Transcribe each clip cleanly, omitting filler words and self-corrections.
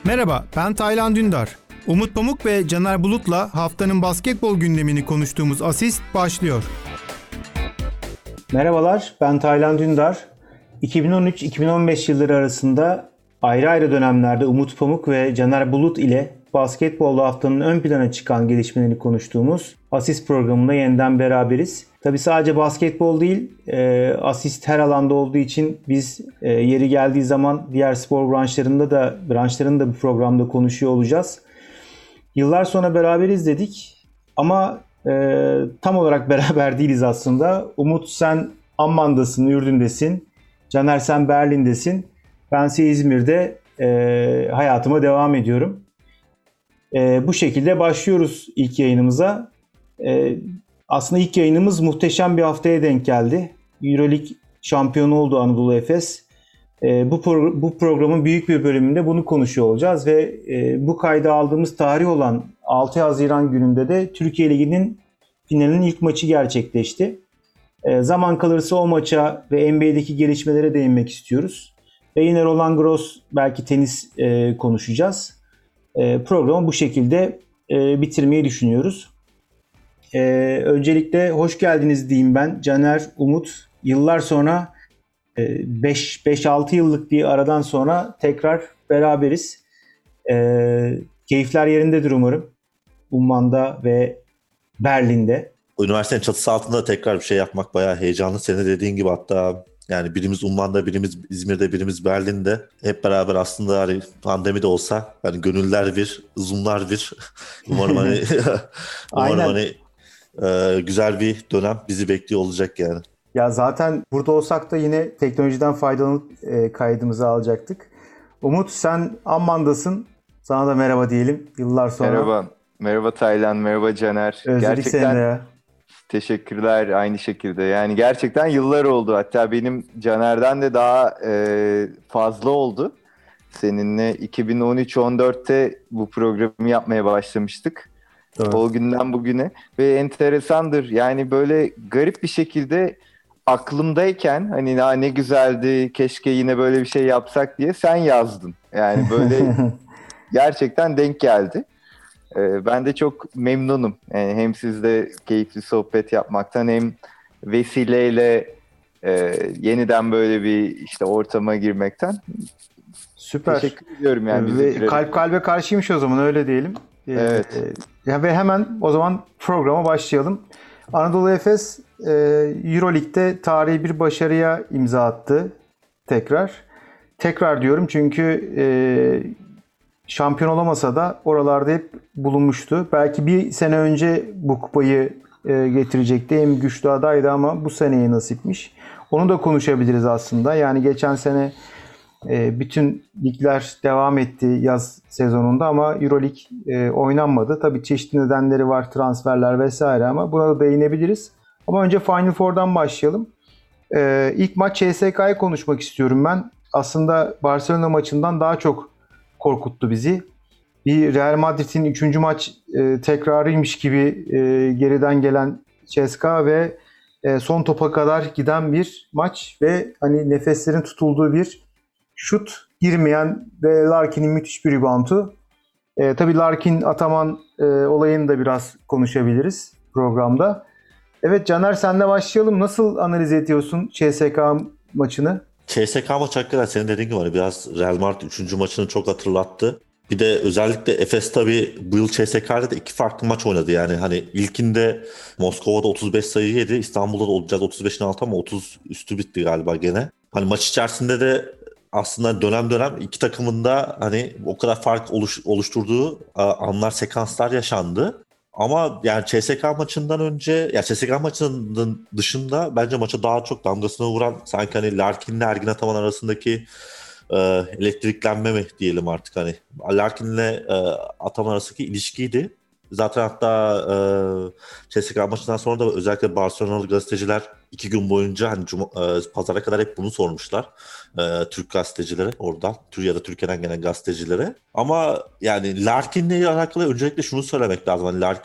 Merhaba, ben Taylan Dündar. Umut Pamuk ve Caner Bulut'la haftanın basketbol gündemini konuştuğumuz Asist başlıyor. Merhabalar, ben Taylan Dündar. 2013-2015 yılları arasında ayrı ayrı dönemlerde Umut Pamuk ve Caner Bulut ile basketbolda haftanın ön plana çıkan gelişmelerini konuştuğumuz Asist programında yeniden beraberiz. Tabii sadece basketbol değil, asist her alanda olduğu için biz yeri geldiği zaman diğer spor branşlarını da bu programda konuşuyor olacağız. Yıllar sonra beraberiz dedik ama tam olarak beraber değiliz aslında. Umut sen Amman'dasın, Ürdün'desin. Caner sen Berlin'desin. Bense İzmir'de hayatıma devam ediyorum. Bu şekilde başlıyoruz ilk yayınımıza. Aslında ilk yayınımız muhteşem bir haftaya denk geldi. EuroLeague şampiyonu oldu Anadolu Efes. Bu programın büyük bir bölümünde bunu konuşuyor olacağız ve bu kaydı aldığımız tarih olan 6 Haziran gününde de Türkiye Ligi'nin finalinin ilk maçı gerçekleşti. Zaman kalırsa o maça ve NBA'deki gelişmelere değinmek istiyoruz. Ve yine Roland Garros, belki tenis konuşacağız. Programı bu şekilde bitirmeyi düşünüyoruz. Öncelikle hoş geldiniz diyeyim ben. Caner, Umut, yıllar sonra 5-6 yıllık bir aradan sonra tekrar beraberiz. Keyifler yerindedir umarım. Umman'da ve Berlin'de. Üniversitenin çatısı altında tekrar bir şey yapmak bayağı heyecanlı. Senin de dediğin gibi hatta yani birimiz Umman'da, birimiz İzmir'de, birimiz Berlin'de. Hep beraber aslında hani pandemi de olsa yani gönüller bir, Zoom'lar bir. Umarım hani güzel bir dönem bizi bekliyor olacak yani. Ya zaten burada olsak da yine teknolojiden faydalanıp kaydımızı alacaktık. Umut sen Amman'dasın. Sana da merhaba diyelim yıllar sonra. Merhaba Taylan, merhaba Caner. Özledik seni de ya. Teşekkürler aynı şekilde. Yani gerçekten yıllar oldu. Hatta benim Caner'den de daha fazla oldu. Seninle 2013-14'te bu programı yapmaya başlamıştık. Evet. O günden bugüne. Ve enteresandır. Yani böyle garip bir şekilde aklımdayken hani ne güzeldi, keşke yine böyle bir şey yapsak diye sen yazdın. Yani böyle gerçekten denk geldi. Ben de çok memnunum. Yani hem sizle keyifli sohbet yapmaktan hem vesileyle yeniden böyle bir işte ortama girmekten. Süper. Teşekkür ediyorum yani. Kalp kalbe karşıymış o zaman, öyle diyelim. Evet. Ve hemen o zaman programa başlayalım. Anadolu Efes EuroLeague'de tarihi bir başarıya imza attı tekrar. Tekrar diyorum çünkü şampiyon olamasa da oralarda hep bulunmuştu. Belki bir sene önce bu kupayı getirecekti. En güçlü adaydı ama bu seneye nasipmiş. Onu da konuşabiliriz aslında. Yani geçen sene bütün ligler devam etti yaz sezonunda ama EuroLeague oynanmadı. Tabii çeşitli nedenleri var, transferler vesaire, ama buna da değinebiliriz. Ama önce Final Four'dan başlayalım. İlk maç CSK'yı konuşmak istiyorum ben. Aslında Barcelona maçından daha çok korkuttu bizi. Bir Real Madrid'in 3. maç tekrarıymış gibi geriden gelen CSKA ve son topa kadar giden bir maç ve hani nefeslerin tutulduğu bir şut girmeyen ve Larkin'in müthiş bir reboundu. Tabii Larkin Ataman olayını da biraz konuşabiliriz programda. Evet Caner, senle başlayalım. Nasıl analiz ediyorsun CSKA maçını? CSKA maçı hakikaten senin dediğin gibi biraz Real Madrid 3. maçını çok hatırlattı. Bir de özellikle Efes tabii bu yıl CSKA'da da 2 farklı maç oynadı. Yani hani ilkinde Moskova'da 35 sayı yedi. İstanbul'da da olacağız 35'in altı ama 30 üstü bitti galiba gene. Hani maç içerisinde de aslında dönem dönem iki takımın da hani o kadar fark oluşturduğu anlar, sekanslar yaşandı. Ama yani CSKA maçından önce, ya CSKA maçının dışında bence maça daha çok damgasını vuran sanki hani Larkin'le Ergin Ataman arasındaki elektriklenme mi diyelim artık, hani Larkin'le Ataman arasındaki ilişkiydi. Zaten hatta CSKA maçından sonra da özellikle Barcelonalı gazeteciler 2 gün boyunca hani pazara kadar hep bunu sormuşlar. Türk gazetecilere oradan, Türkiye'den gelen gazetecilere. Ama yani Larkin'le alakalı öncelikle şunu söylemek lazım. Hani Larkin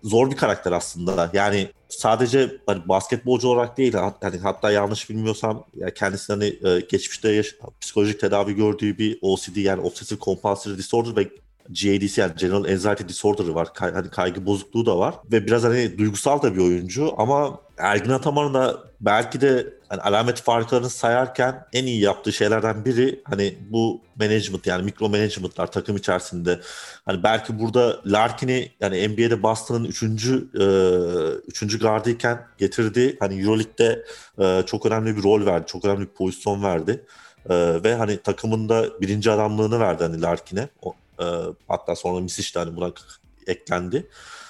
zor bir karakter aslında. Yani sadece hani basketbolcu olarak değil, hani hatta yanlış bilmiyorsam ya kendisinin hani geçmişte psikolojik tedavi gördüğü bir OCD yani Obsessive Compulsive Disorder ve GAD'si yani General Anxiety Disorder'ı var. Hani kaygı bozukluğu da var. Ve biraz hani duygusal da bir oyuncu ama Ergin Ataman'ın da belki de hani alamet farklarını sayarken en iyi yaptığı şeylerden biri hani bu management yani mikro management'lar takım içerisinde. Hani belki burada Larkin'i yani NBA'de Boston'ın 3. gardıyken getirdi. Hani EuroLeague'de çok önemli bir rol verdi. Çok önemli bir pozisyon verdi. Ve hani takımında birinci adamlığını verdi hani Larkin'e. Hatta sonra Misic de hani buna eklendi.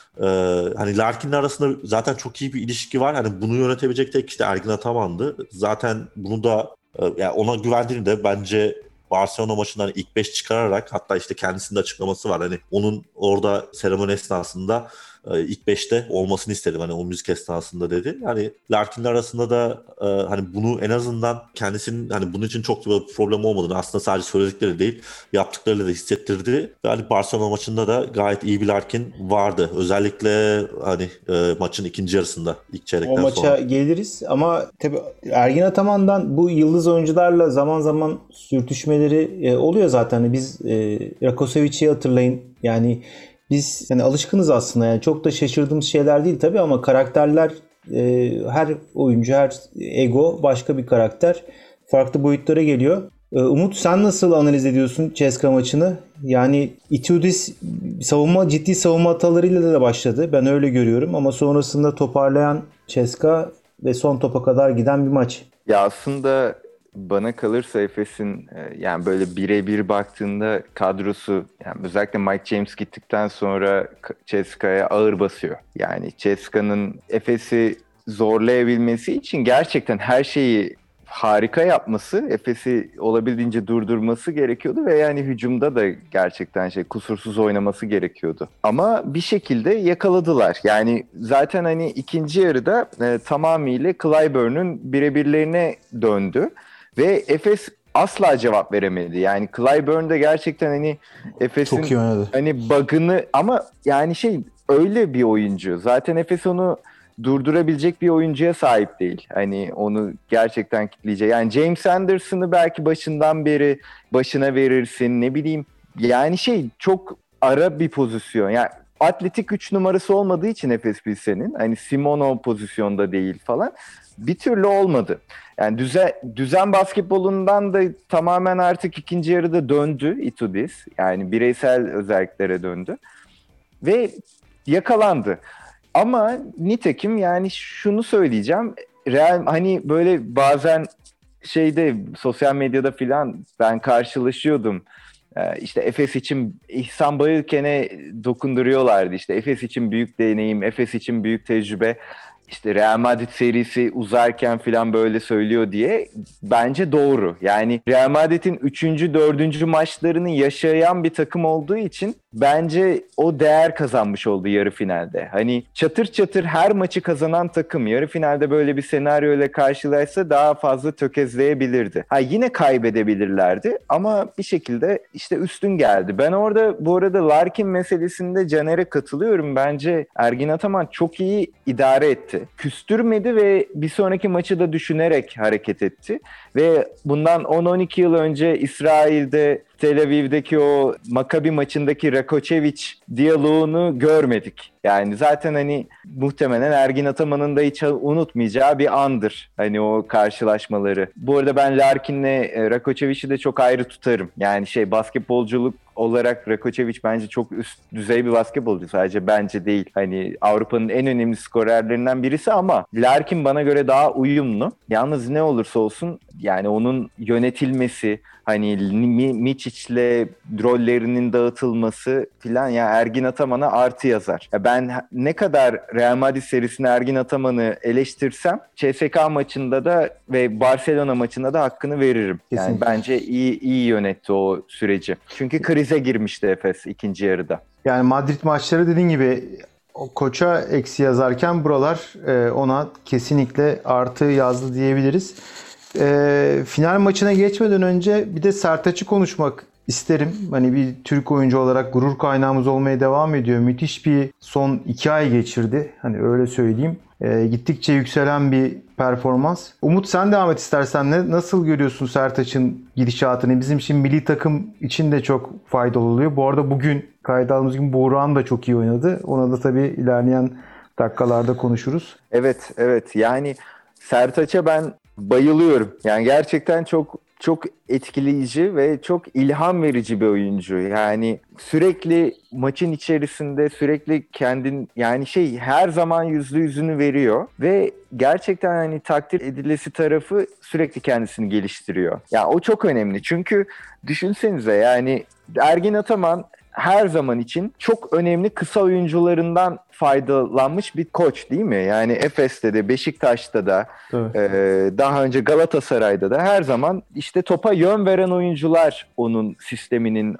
Hani Larkin'le arasında zaten çok iyi bir ilişki var. Hani bunu yönetebilecek tek kişi de Ergin Ataman'dı. Zaten bunu da yani ona güvendiğini de bence Barcelona maçından ilk 5 çıkararak hatta işte kendisinin de açıklaması var. Hani onun orada seremoni esnasında ilk 5'te olmasını istedim hani o müzik esnasında dedi. Yani Larkin'le arasında da hani bunu en azından kendisinin hani bunun için çok bir problem olmadığını aslında sadece söyledikleri değil yaptıklarıyla da hissettirdi. Ve hani Barcelona maçında da gayet iyi bir Larkin vardı. Özellikle hani maçın ikinci yarısında ilk çeyrekten O sonra. maça geliriz ama tabii Ergin Ataman'dan bu yıldız oyuncularla zaman zaman sürtüşmeleri oluyor zaten. Biz Rakosevic'i hatırlayın. Yani biz yani alışkınız aslında. Yani çok da şaşırdığımız şeyler değil tabii ama karakterler her oyuncu, her ego başka bir karakter. Farklı boyutlara geliyor. Umut sen nasıl analiz ediyorsun CSKA maçını? Yani Itoudis ciddi savunma hatalarıyla da başladı. Ben öyle görüyorum ama sonrasında toparlayan CSKA ve son topa kadar giden bir maç. Ya aslında bana kalırsa Efes'in yani böyle birebir baktığında kadrosu yani özellikle Mike James gittikten sonra CSKA'ya ağır basıyor. Yani CSKA'nın Efes'i zorlayabilmesi için gerçekten her şeyi harika yapması, Efes'i olabildiğince durdurması gerekiyordu ve yani hücumda da gerçekten kusursuz oynaması gerekiyordu. Ama bir şekilde yakaladılar. Yani zaten hani ikinci yarıda tamamıyla Clyburn'un birebirlerine döndü ve Efes asla cevap veremedi. Yani Clyburn de gerçekten hani Efes'in Çok iyi oynadı. hani bug'ını ama yani öyle bir oyuncu. Zaten Efes onu durdurabilecek bir oyuncuya sahip değil. Hani onu gerçekten kitleyecek. Yani James Anderson'ı belki başından beri başına verirsin. Ne bileyim. Yani çok ara bir pozisyon. Yani atletik 3 numarası olmadığı için Efes Pilsen'in hani Simon o pozisyonda değil falan. Bir türlü olmadı. Yani düzen basketbolundan da tamamen artık ikinci yarıda döndü Itoudis. Yani bireysel özelliklere döndü. Ve yakalandı. Ama nitekim yani şunu söyleyeceğim. Hani böyle bazen sosyal medyada filan ben karşılaşıyordum. İşte Efes için İhsan Bayülken'e dokunduruyorlardı. İşte Efes için büyük deneyim, Efes için büyük tecrübe. İşte Real Madrid serisi uzarken falan böyle söylüyor diye bence doğru. Yani Real Madrid'in 3. 4. maçlarını yaşayan bir takım olduğu için bence o değer kazanmış oldu yarı finalde. Hani çatır çatır her maçı kazanan takım yarı finalde böyle bir senaryoyla karşılaşsa daha fazla tökezleyebilirdi. Yine kaybedebilirlerdi ama bir şekilde işte üstün geldi. Ben orada bu arada Larkin meselesinde Caner'e katılıyorum. Bence Ergin Ataman çok iyi idare etti. Küstürmedi ve bir sonraki maçı da düşünerek hareket etti. Ve bundan 10-12 yıl önce İsrail'de Tel Aviv'deki o Maccabi maçındaki Rakočević diyaloğunu görmedik. Yani zaten hani muhtemelen Ergin Ataman'ın da hiç unutmayacağı bir andır. Hani o karşılaşmaları. Bu arada ben Larkin'le Rakočević'i de çok ayrı tutarım. Yani basketbolculuk olarak Rakočević bence çok üst düzey bir basketbolcu. Sadece bence değil. Hani Avrupa'nın en önemli skorerlerinden birisi ama Larkin bana göre daha uyumlu. Yalnız ne olursa olsun yani onun yönetilmesi, hani Micic'le rollerinin dağıtılması filan ya Ergin Ataman'a artı yazar. Ben ne kadar Real Madrid serisinde Ergin Ataman'ı eleştirsem CSKA maçında da ve Barcelona maçında da hakkını veririm. Yani Kesinlikle. bence iyi yönetti o süreci. Çünkü krize girmişti Efes ikinci yarıda. Yani Madrid maçları dediğin gibi o koça eksi yazarken buralar ona kesinlikle artı yazdı diyebiliriz. Final maçına geçmeden önce bir de Sertaç'ı konuşmak isterim. Hani bir Türk oyuncu olarak gurur kaynağımız olmaya devam ediyor. Müthiş bir son 2 ay geçirdi. Hani öyle söyleyeyim. Gittikçe yükselen bir performans. Umut, sen devam et istersen. Nasıl görüyorsun Sertaç'ın gidişatını? Bizim için milli takım için de çok faydalı oluyor. Bu arada bugün kayda aldığımız gibi Buğra'nın da çok iyi oynadı. Ona da tabii ilerleyen dakikalarda konuşuruz. Evet. Yani Sertaç'a ben bayılıyorum. Yani gerçekten çok etkileyici ve çok ilham verici bir oyuncu. Yani sürekli maçın içerisinde sürekli yani her zaman %100'ünü veriyor ve gerçekten hani takdir edilesi tarafı sürekli kendisini geliştiriyor. Yani o çok önemli. Çünkü düşünsenize, yani Ergin Ataman her zaman için çok önemli kısa oyuncularından faydalanmış bir koç, değil mi? Yani Efes'te de, Beşiktaş'ta da, daha önce Galatasaray'da da her zaman işte topa yön veren oyuncular onun sisteminin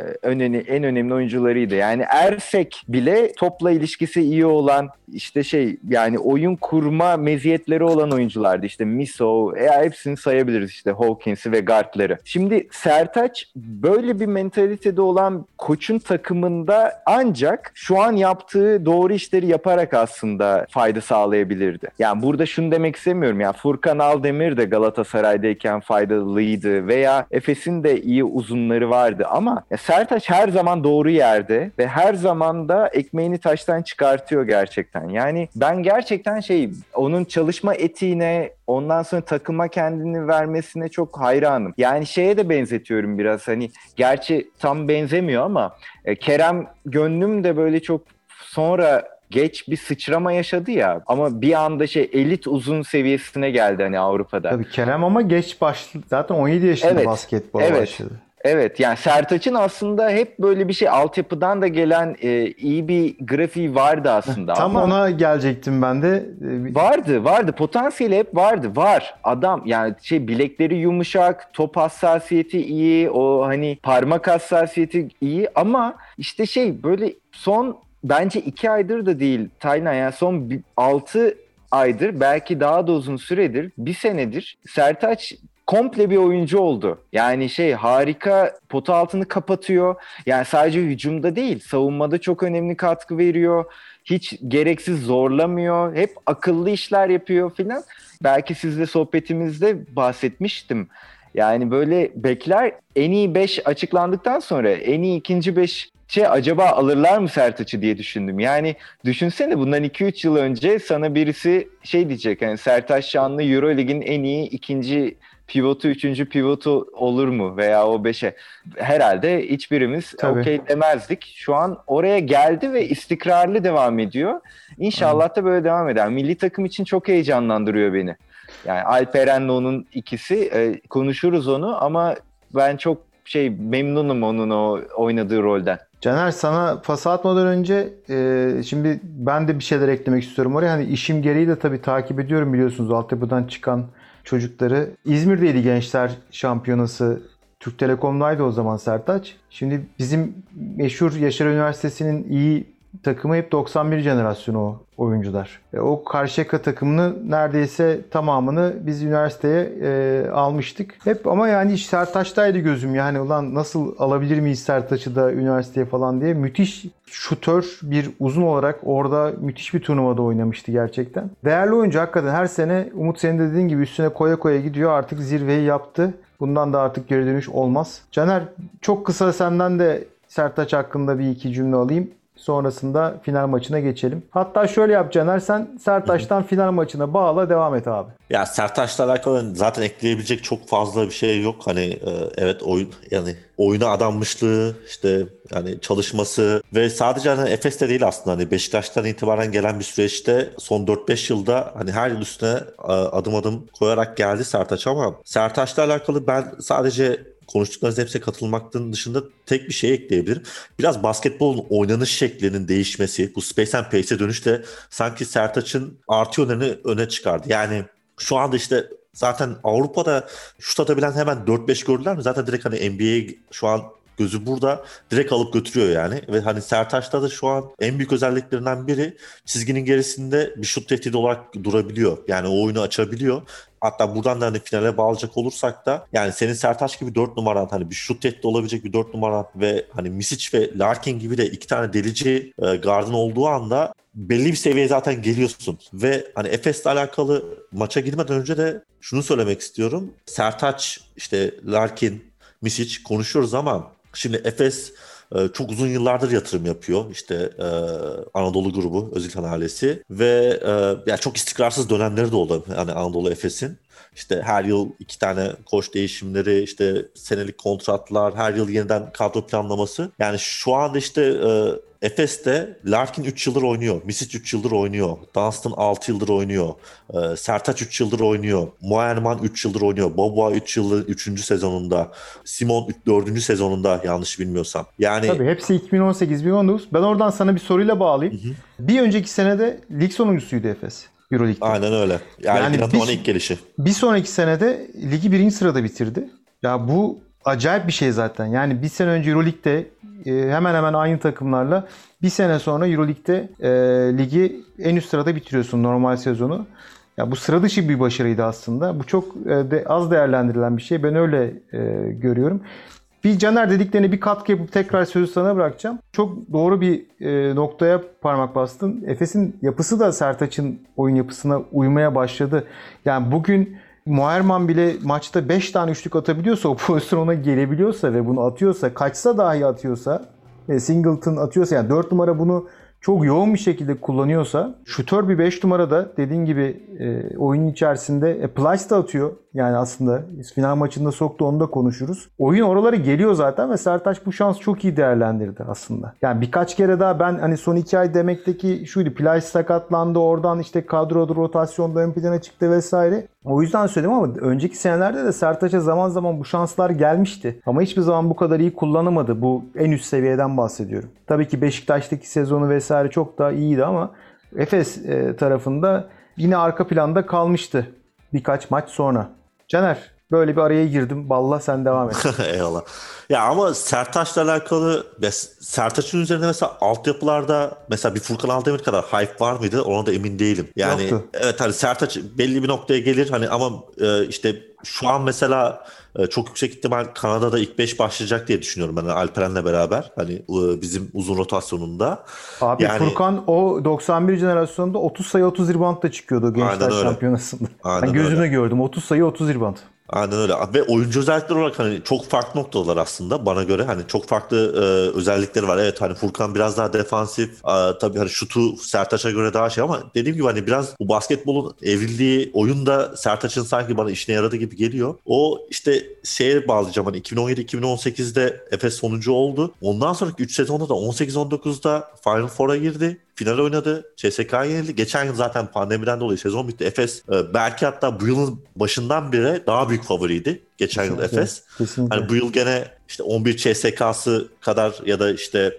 en önemli oyuncularıydı. Yani Ersek bile topla ilişkisi iyi olan, işte yani oyun kurma meziyetleri olan oyunculardı. İşte Miso, hepsini sayabiliriz, işte Hawkins'i ve guardları. Şimdi Sertaç böyle bir mentalitede olan koçun takımında ancak şu an yaptığı doğru işleri yaparak aslında fayda sağlayabilirdi. Yani burada şunu demek istemiyorum. Yani Furkan Aldemir de Galatasaray'dayken faydalıydı veya Efes'in de iyi uzunları vardı ama Sertaç her zaman doğru yerde ve her zaman da ekmeğini taştan çıkartıyor gerçekten. Yani ben gerçekten onun çalışma etiğine, ondan sonra takıma kendini vermesine çok hayranım. Yani şeye de benzetiyorum biraz, hani gerçi tam benzemiyor ama Kerem Gönlüm de böyle çok sonra geç bir sıçrama yaşadı ya, ama bir anda elit uzun seviyesine geldi hani Avrupa'da. Tabii Kerem ama geç başladı. Zaten 17 yaşında basketbola başladı. Evet, yani Sertaç'ın aslında hep böyle bir altyapıdan da gelen iyi bir grafiği vardı aslında. Tam ama ona gelecektim ben de. Vardı. Potansiyeli hep vardı. Var. Adam yani bilekleri yumuşak, top hassasiyeti iyi, o hani parmak hassasiyeti iyi ama işte böyle son bence 2 aydır da değil Taylan, yani son 6 aydır, belki daha da uzun süredir, 1 senedir Sertaç komple bir oyuncu oldu. Yani harika pota altını kapatıyor. Yani sadece hücumda değil, savunmada çok önemli katkı veriyor. Hiç gereksiz zorlamıyor. Hep akıllı işler yapıyor filan. Belki sizle sohbetimizde bahsetmiştim. Yani böyle bekler, en iyi 5 açıklandıktan sonra en iyi ikinci 5 acaba alırlar mı Sertaç'ı diye düşündüm. Yani düşünsene, bundan 2-3 yıl önce sana birisi diyecek, hani Sertaç Şanlı Euroleague'in en iyi ikinci pivotu, 3. pivotu olur mu veya o 5'e? Herhalde hiçbirimiz okey demezdik. Şu an oraya geldi ve istikrarlı devam ediyor. İnşallah da böyle devam eder. Milli takım için çok heyecanlandırıyor beni. Yani Alperen'le onun ikisi, konuşuruz onu ama ben çok memnunum onun o oynadığı rolden. Caner, sana pas atmadan önce şimdi ben de bir şeyler eklemek istiyorum oraya. Hani işim gereği de tabii takip ediyorum, biliyorsunuz, altyapıdan çıkan çocukları. İzmir'deydi Gençler Şampiyonası. Türk Telekom'daydı o zaman Sertaç. Şimdi bizim meşhur Yaşar Üniversitesi'nin iyi takımı hep 91 jenerasyonu o oyuncular. O Karşıyaka takımını neredeyse tamamını biz üniversiteye almıştık. Hep ama yani iş Sertaç'taydı gözüm. Yani ulan nasıl alabilir miyiz Sertaç'ı da üniversiteye falan diye. Müthiş şutör bir uzun olarak orada müthiş bir turnuvada oynamıştı gerçekten. Değerli oyuncu hakikaten, her sene Umut senin de dediğin gibi üstüne koya koya gidiyor. Artık zirveyi yaptı. Bundan da artık geri dönüş olmaz. Caner, çok kısa senden de Sertaç hakkında bir iki cümle alayım. Sonrasında final maçına geçelim. Hatta şöyle yap Caner, sen Sertaç'tan final maçına bağla, devam et abi. Ya Sertaç'la alakalı zaten ekleyebilecek çok fazla bir şey yok. Hani evet, oyuna adanmışlığı, işte yani çalışması ve sadece hani Efes'te değil aslında, hani Beşiktaş'tan itibaren gelen bir süreçte son 4-5 yılda hani her yıl üstüne adım adım koyarak geldi Sertaç, ama Sertaç'la alakalı ben sadece konuştuklarınızın hepsine katılmaktan dışında tek bir şey ekleyebilirim. Biraz basketbolun oynanış şeklinin değişmesi, bu Space and Pace'e dönüş de sanki Sertaç'ın artı yönlerini öne çıkardı. Yani şu anda işte zaten Avrupa'da şut atabilen hemen 4-5 gördüler mi? Zaten direkt hani NBA şu an gözü burada direkt alıp götürüyor yani. Ve hani Sertaç'ta da şu an en büyük özelliklerinden biri çizginin gerisinde bir şut tehdidi olarak durabiliyor. Yani o oyunu açabiliyor. Hatta buradan da hani finale bağlayacak olursak da yani senin Sertaç gibi 4 numaran, hani bir şut tehdidi olabilecek bir 4 numaran ve hani Misic ve Larkin gibi de 2 tane delici gardın olduğu anda belli bir seviyeye zaten geliyorsun. Ve hani Efes'le alakalı maça girmeden önce de şunu söylemek istiyorum. Sertaç, işte Larkin, Misic konuşuyoruz ama şimdi Efes çok uzun yıllardır yatırım yapıyor. İşte Anadolu grubu, Özilhan ailesi ve yani çok istikrarsız dönemleri de oldu yani Anadolu Efes'in. İşte her yıl 2 tane koç değişimleri, işte senelik kontratlar, her yıl yeniden kadro planlaması. Yani şu anda işte Efes'te Larkin 3 yıldır oynuyor. Misic 3 yıldır oynuyor. Dunstan 6 yıldır oynuyor. Sertaç 3 yıldır oynuyor. Moerman 3 yıldır oynuyor. Boboa 3 yıldır 3. sezonunda. Simon 4. sezonunda yanlış bilmiyorsam. Yani Tabii hepsi 2018-2019. Ben oradan sana bir soruyla bağlayayım. Bir önceki senede lig sonuncusuydu Efes Euroleague'de. aynen öyle. Yani Binatoğlu'nun ilk gelişi. Bir sonraki senede ligi 1. sırada bitirdi. Ya bu acayip bir şey zaten. Yani bir sene önce Euroleague'de hemen hemen aynı takımlarla bir sene sonra Euroleague'de ligi en üst sırada bitiriyorsun normal sezonu. Ya bu sıra dışı bir başarıydı aslında. Bu çok az değerlendirilen bir şey. Ben öyle görüyorum. Bir Caner dediklerine bir katkı yapıp tekrar sözü sana bırakacağım. Çok doğru bir noktaya parmak bastın. Efes'in yapısı da Sertaç'ın oyun yapısına uymaya başladı. Yani bugün Moerman bile maçta 5 tane üçlük atabiliyorsa, o pozisyon ona gelebiliyorsa ve bunu atıyorsa, kaçsa dahi atıyorsa, Singleton atıyorsa, yani 4 numara bunu çok yoğun bir şekilde kullanıyorsa, şutör bir 5 numara da dediğin gibi oyunun içerisinde Plyce da atıyor. Yani aslında final maçında soktu, onu da konuşuruz. Oyun oralara geliyor zaten ve Sertaç bu şansı çok iyi değerlendirdi aslında. Yani birkaç kere daha ben hani son 2 ay demekteki şuydu. Plyce sakatlandı, oradan işte kadroda rotasyonda ön plana çıktı vesaire. O yüzden söyledim ama önceki senelerde de Sertaç'a zaman zaman bu şanslar gelmişti. Ama hiçbir zaman bu kadar iyi kullanamadı. Bu en üst seviyeden bahsediyorum. Tabii ki Beşiktaş'taki sezonu vesaire çok daha iyiydi ama Efes tarafında yine arka planda kalmıştı birkaç maç sonra. Caner, böyle bir araya girdim. Balla sen devam et. Eyvallah. Ya ama Sertaç'la alakalı Sertaç'ın üzerinde mesela altyapılarda mesela bir Furkan Aldemir kadar hype var mıydı? Ona da emin değilim. Yani yoktu. evet, hani Sertaç belli bir noktaya gelir hani ama işte şu an mesela çok yüksek ihtimal Kanada'da ilk 5 başlayacak diye düşünüyorum ben Alperen'le beraber. Hani bizim uzun rotasyonunda. Abi Yani, Furkan o 91 jenerasyonunda 30 sayı 30 rebound da çıkıyordu Gençler Şampiyonası'nda. Ben gözüme gördüm 30 sayı 30 rebound. Aynen öyle. Ve oyuncu özellikleri olarak hani çok farklı noktalar aslında bana göre. Hani çok farklı özellikleri var. Evet, hani Furkan biraz daha defansif. Tabii hani şutu Sertaç'a göre daha şey ama dediğim gibi hani biraz bu basketbolun evrildiği oyunda Sertaç'ın sanki bana işine yaradı gibi geliyor. O işte şeye bağlayacağım, hani 2017-2018'de Efes sonuncu oldu. Ondan sonraki 3 sezonda da 18-19'da Final Four'a girdi. Final oynadı. CSK'ya yenildi. Geçen yıl zaten pandemiden dolayı sezon bitti. Efes belki hatta bu yılın başından beri daha büyük favoriydi. Geçen yıl Efes. Kesinlikle. Hani bu yıl gene işte 11 CSK'sı kadar ya da işte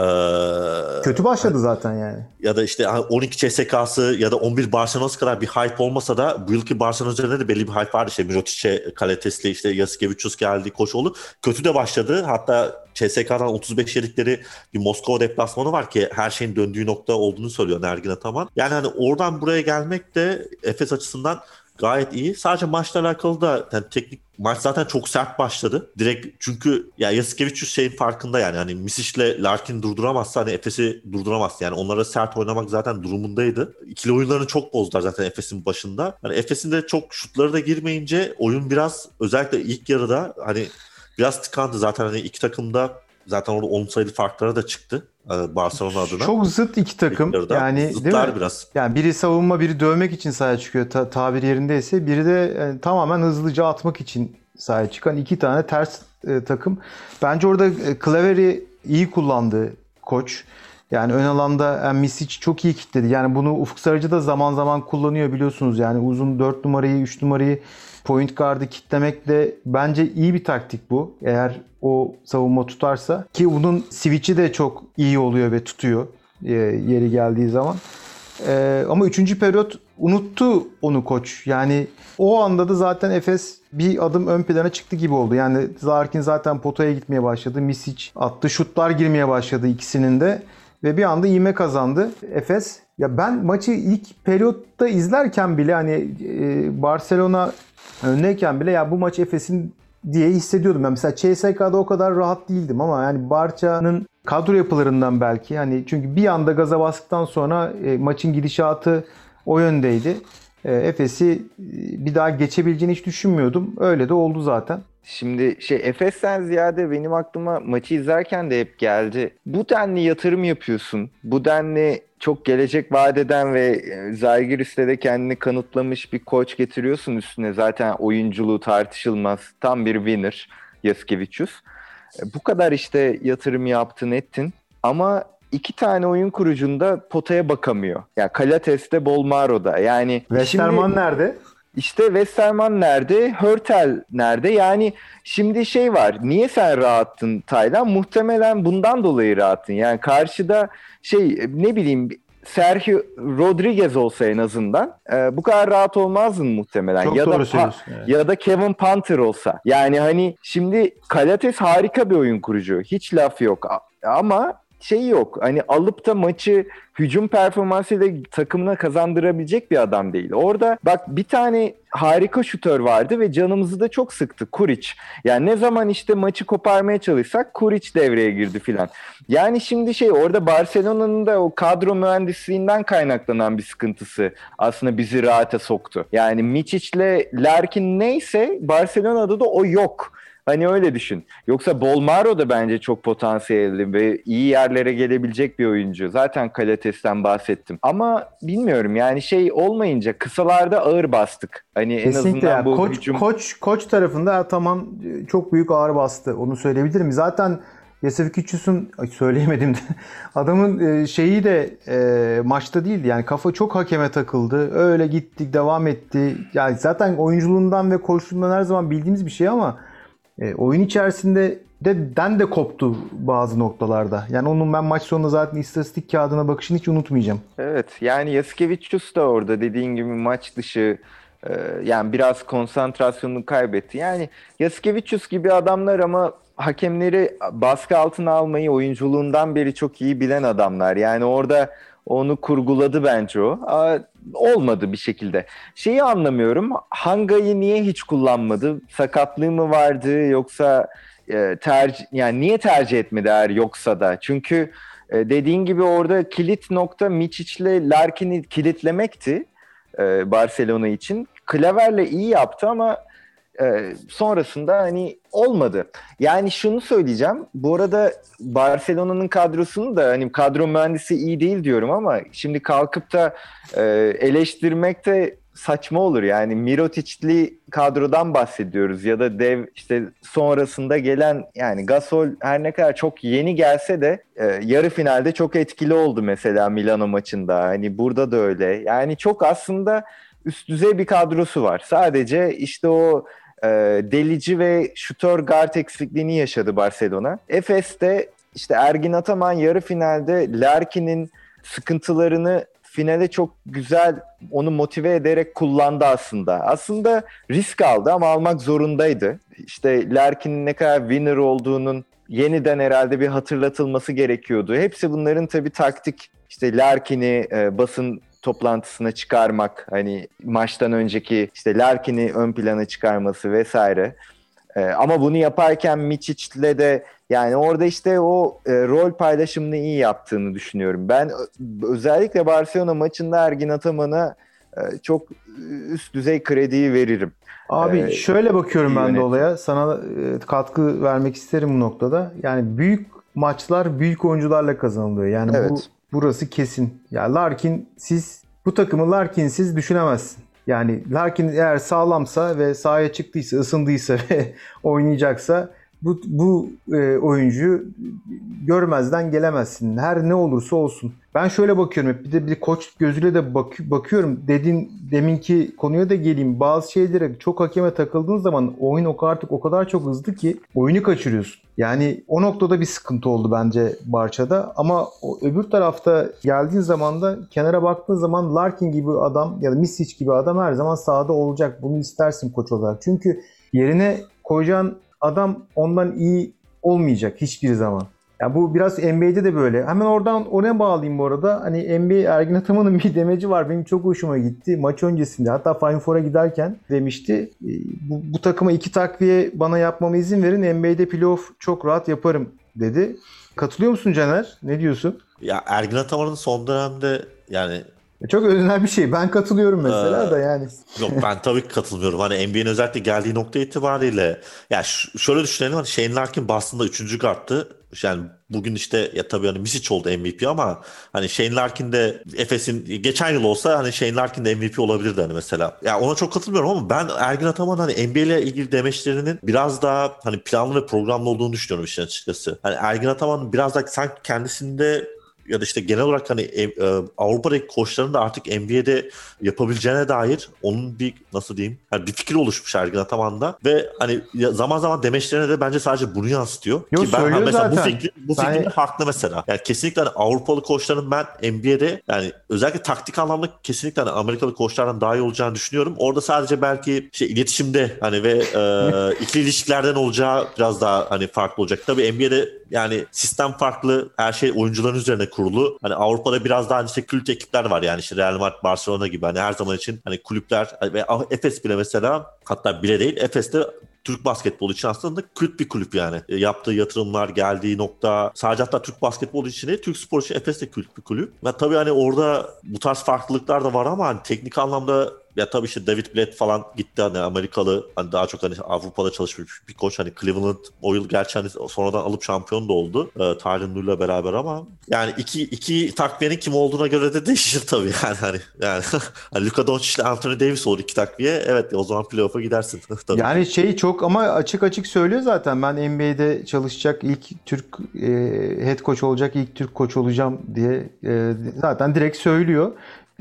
kötü başladı zaten yani. ya da işte 12 CSK'sı ya da 11 Barcelona'sı kadar bir hype olmasa da bu yılki Barcelona üzerinde de belli bir hype vardı. İşte Mirotic'e, Kaletes'le işte Yasikevicius geldi, koç oldu. Kötü de başladı. Hatta CSK'dan 35 yedikleri bir Moskova deplasmanı var ki her şeyin döndüğü nokta olduğunu söylüyor Nergin Ataman. Yani hani oradan buraya gelmek de Efes açısından gayet iyi. Sadece maçla alakalı da yani teknik maç zaten çok sert başladı. Direkt çünkü ya Yasikevicius şeyin farkında yani hani Misic'le Larkin durduramazsa hani Efes'i durduramaz. Yani onlara sert oynamak zaten durumundaydı. İkili oyunlarını çok bozdular zaten Efes'in başında. Hani Efes'in de çok şutları da girmeyince oyun biraz özellikle ilk yarıda hani biraz tıkandı. Zaten hani iki takımda zaten orada 10 sayılı farklara da çıktı Barcelona adına. Çok zıt iki takım. Yani zıtlar değil mi? Biraz. Yani biri savunma, biri dövmek için sahaya çıkıyor tabiri yerindeyse. Biri de tamamen hızlıca atmak için sahaya çıkan iki tane ters takım. Bence orada Clever'i iyi kullandı koç. Yani ön alanda Misic çok iyi kilitledi. Yani bunu Ufuk Sarıcı da zaman zaman kullanıyor biliyorsunuz. Yani uzun 4 numarayı, 3 numarayı point guard'ı kitlemek de bence iyi bir taktik bu. Eğer o savunma tutarsa. Ki bunun switch'i de çok iyi oluyor ve tutuyor yeri geldiği zaman. Ama 3. periyot unuttu onu koç. Yani o anda da zaten Efes bir adım ön plana çıktı gibi oldu. Yani Larkin zaten potaya gitmeye başladı. Misic attı. Şutlar girmeye başladı ikisinin de. Ve bir anda ivme kazandı Efes. Ya ben maçı ilk periyotta izlerken bile hani Barcelona öndeyken bile ya bu maç Efes'in diye hissediyordum. Ben mesela CSK'da o kadar rahat değildim ama yani Barça'nın kadro yapılarından belki hani çünkü bir anda gaza bastıktan sonra maçın gidişatı o yöndeydi. Efes'i bir daha geçebileceğini hiç düşünmüyordum. Öyle de oldu zaten. Şimdi Efes'ten ziyade benim aklıma maçı izlerken de hep geldi. Bu denli yatırım yapıyorsun. Bu denli çok gelecek vadeden ve Zalgiris'te de kendini kanıtlamış bir koç getiriyorsun üstüne. Zaten oyunculuğu tartışılmaz. Tam bir winner Jasikevicius. Bu kadar işte yatırım yaptın ettin ama iki tane oyun kurucunda potaya bakamıyor. Yani Kalates'te Bolmaro'da. Yani Westerman nerede? İşte Westerman nerede? Hurtel nerede? Yani şimdi var. Niye sen rahattın Taylan? Muhtemelen bundan dolayı rahattın. Yani karşıda ne bileyim Sergio Rodriguez olsa en azından bu kadar rahat olmazdın muhtemelen. Çok doğru söylüyorsun. Evet. Ya da Kevin Panther olsa. Yani hani şimdi Calates harika bir oyun kurucu. Hiç laf yok. Ama yok. Hani alıp da maçı hücum performansıyla takımına kazandırabilecek bir adam değil. Orada bak bir tane harika şutör vardı ve canımızı da çok sıktı. Kuric. Yani ne zaman işte maçı koparmaya çalışsak Kuric devreye girdi filan. Yani şimdi orada Barcelona'nın da o kadro mühendisliğinden kaynaklanan bir sıkıntısı aslında bizi rahata soktu. Yani Micic'le Larkin neyse Barcelona'da da o yok. Hani öyle düşün. Yoksa Bolmaro da bence çok potansiyelli ve iyi yerlere gelebilecek bir oyuncu. Zaten Kalates'ten bahsettim. Ama bilmiyorum yani olmayınca kısalarda ağır bastık. Hani kesinlikle en azından bu hücum... Koç tarafında Ataman çok büyük ağır bastı. Onu söyleyebilirim. Zaten Jasikevičius'un söyleyemedim de adamın şeyi de maçta değildi. Yani kafa çok hakeme takıldı. Öyle gittik, devam etti. Yani zaten oyunculuğundan ve koçluğundan her zaman bildiğimiz bir şey ama oyun içerisinde de koptu bazı noktalarda. Yani onun ben maç sonunda zaten istatistik kağıdına bakışını hiç unutmayacağım. Evet yani Jasikevičius da orada dediğin gibi maç dışı yani biraz konsantrasyonunu kaybetti. Yani Jasikevičius gibi adamlar ama hakemleri baskı altına almayı oyunculuğundan beri çok iyi bilen adamlar. Yani orada onu kurguladı bence o. Olmadı bir şekilde. Anlamıyorum. Hanga'yı niye hiç kullanmadı? Sakatlığı mı vardı yoksa yani niye tercih etmedi eğer yoksa da? Çünkü dediğin gibi orada kilit nokta Micic'le Larkin'i kilitlemekti Barcelona için. Klaver'le iyi yaptı ama sonrasında hani olmadı. Yani şunu söyleyeceğim. Bu arada Barcelona'nın kadrosunu da hani kadro mühendisi iyi değil diyorum ama şimdi kalkıp da eleştirmek de saçma olur. Yani Mirotic'li kadrodan bahsediyoruz ya da dev sonrasında gelen yani Gasol her ne kadar çok yeni gelse de yarı finalde çok etkili oldu mesela Milano maçında. Hani burada da öyle. Yani çok aslında üst düzey bir kadrosu var. Sadece o delici ve şutör guard eksikliğini yaşadı Barcelona. Efes'te Ergin Ataman yarı finalde Larkin'in sıkıntılarını finale çok güzel onu motive ederek kullandı aslında. Aslında risk aldı ama almak zorundaydı. Larkin'in ne kadar winner olduğunun yeniden herhalde bir hatırlatılması gerekiyordu. Hepsi bunların tabii taktik. Larkin'i basın toplantısına çıkarmak, hani maçtan önceki Larkin'i ön plana çıkarması vesaire. Ama bunu yaparken Micic'le de yani orada o rol paylaşımını iyi yaptığını düşünüyorum. Ben özellikle Barcelona maçında Ergin Ataman'a çok üst düzey krediyi veririm. Abi şöyle bakıyorum ben de olaya. Sana katkı vermek isterim bu noktada. Yani büyük maçlar büyük oyuncularla kazanılıyor. Yani evet. Burası kesin. Ya bu takımı Larkin'siz düşünemezsin. Yani Larkin eğer sağlamsa ve sahaya çıktıysa, ısındıysa ve oynayacaksa bu oyuncuyu görmezden gelemezsin. Her ne olursa olsun. Ben şöyle bakıyorum hep, bir koç gözüyle de bakıyorum. Deminki konuya da geleyim. Bazı şeylere çok hakeme takıldığın zaman oyun artık o kadar çok hızlı ki oyunu kaçırıyorsun. Yani o noktada bir sıkıntı oldu bence Barça'da. Ama öbür tarafta geldiğin zaman da kenara baktığın zaman Larkin gibi adam ya da Misic gibi adam her zaman sahada olacak. Bunu istersin koç olarak. Çünkü yerine koyacağın adam ondan iyi olmayacak hiçbir zaman. Yani bu biraz NBA'de de böyle. Hemen oradan oraya bağlayayım bu arada. Hani NBA Ergin Ataman'ın bir demeci var. Benim çok hoşuma gitti. Maç öncesinde hatta Final Four'a giderken demişti. Bu takıma 2 takviye bana yapmama izin verin. NBA'de playoff çok rahat yaparım dedi. Katılıyor musun Caner? Ne diyorsun? Ya Ergin Ataman'ın son dönemde yani Çok özel bir şey. Ben katılıyorum mesela da yani. yok ben tabii ki katılmıyorum. Hani NBA'nin özellikle geldiği nokta itibariyle ya şöyle düşünelim, hani Shane Larkin Boston'da 3. guard'tı. Yani bugün işte ya tabii hani Misic oldu MVP ama hani Shane Larkin de Efes'in geçen yıl olsa hani Shane Larkin de MVP olabilirdi hani mesela. Ya ona çok katılmıyorum ama ben Ergin Ataman hani NBA ile ilgili demeçlerinin biraz daha hani planlı ve programlı olduğunu düşünüyorum işin açıkçası. Hani Ergin Ataman biraz da sanki kendisinde ya da işte genel olarak hani Avrupa'daki koçların da artık NBA'de yapabileceğine dair onun bir nasıl diyeyim yani bir fikir oluşmuş Ergin Ataman'da ve hani zaman zaman demeçlerine de bence sadece bunu yansıtıyor. Yok, ki ben söylüyor mesela zaten. bu fikrimde haklı mesela. Yani kesinlikle hani Avrupalı koçların ben NBA'de yani özellikle taktik anlamda kesinlikle hani Amerikalı koçlardan daha iyi olacağını düşünüyorum. Orada sadece belki işte iletişimde hani ve ikili ilişkilerden olacağı biraz daha hani farklı olacak. Tabii NBA'de yani sistem farklı, her şey oyuncuların üzerine kurulu. Hani Avrupa'da biraz daha işte kült ekipler var yani işte Real Madrid, Barcelona gibi hani her zaman için hani kulüpler ve Efes bile mesela hatta bile değil Efes'te Türk basketbolu için aslında kült bir kulüp yani. Yaptığı yatırımlar, geldiği nokta sadece hatta Türk basketbolu için değil, Türk spor için Efes de kült bir kulüp. Ve tabii hani orada bu tarz farklılıklar da var ama hani teknik anlamda ya tabii işte David Blatt falan gitti hani Amerikalı hani daha çok hani Avrupa'da çalışmış bir koç hani Cleveland o yıl gerçi hani sonradan alıp şampiyon da oldu Tyronn Lue'yle beraber ama yani iki takviyenin kim olduğuna göre de değişir tabii yani hani Luka Doncic ile Anthony Davis olur 2 takviye evet o zaman playoff'a gidersin tabii. Yani çok ama açık açık söylüyor zaten, ben NBA'de çalışacak ilk Türk head coach olacak ilk Türk koç olacağım diye zaten direkt söylüyor.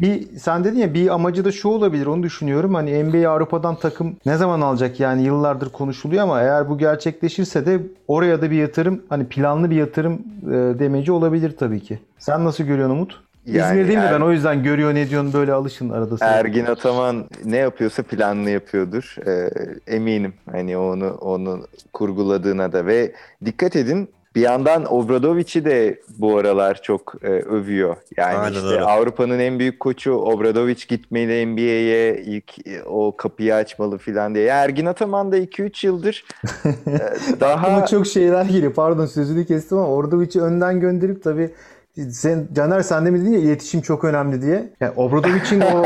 Sen dedin ya, bir amacı da şu olabilir, onu düşünüyorum. Hani NBA Avrupa'dan takım ne zaman alacak, yani yıllardır konuşuluyor ama eğer bu gerçekleşirse de oraya da bir yatırım, hani planlı bir yatırım demeci olabilir tabii ki. Sen nasıl görüyorsun Umut? Yani İzmir'deyim de ben o yüzden görüyor ne diyorsun böyle alışın arada sırada. Ergin Ataman ne yapıyorsa planlı yapıyordur. Eminim hani onu kurguladığına da ve dikkat edin bir yandan Obradovic'i de bu aralar çok övüyor. Yani aynen işte öyle. Avrupa'nın en büyük koçu Obradovic gitmeli NBA'ye ilk o kapıyı açmalı falan diye. Ergin Ataman da 2-3 yıldır daha Aklıma çok şeyler geliyor. Pardon sözünü kestim ama Obradovic'i önden gönderip tabii Caner sen de mi dedin ya iletişim çok önemli diye. Yani Obradovic'in o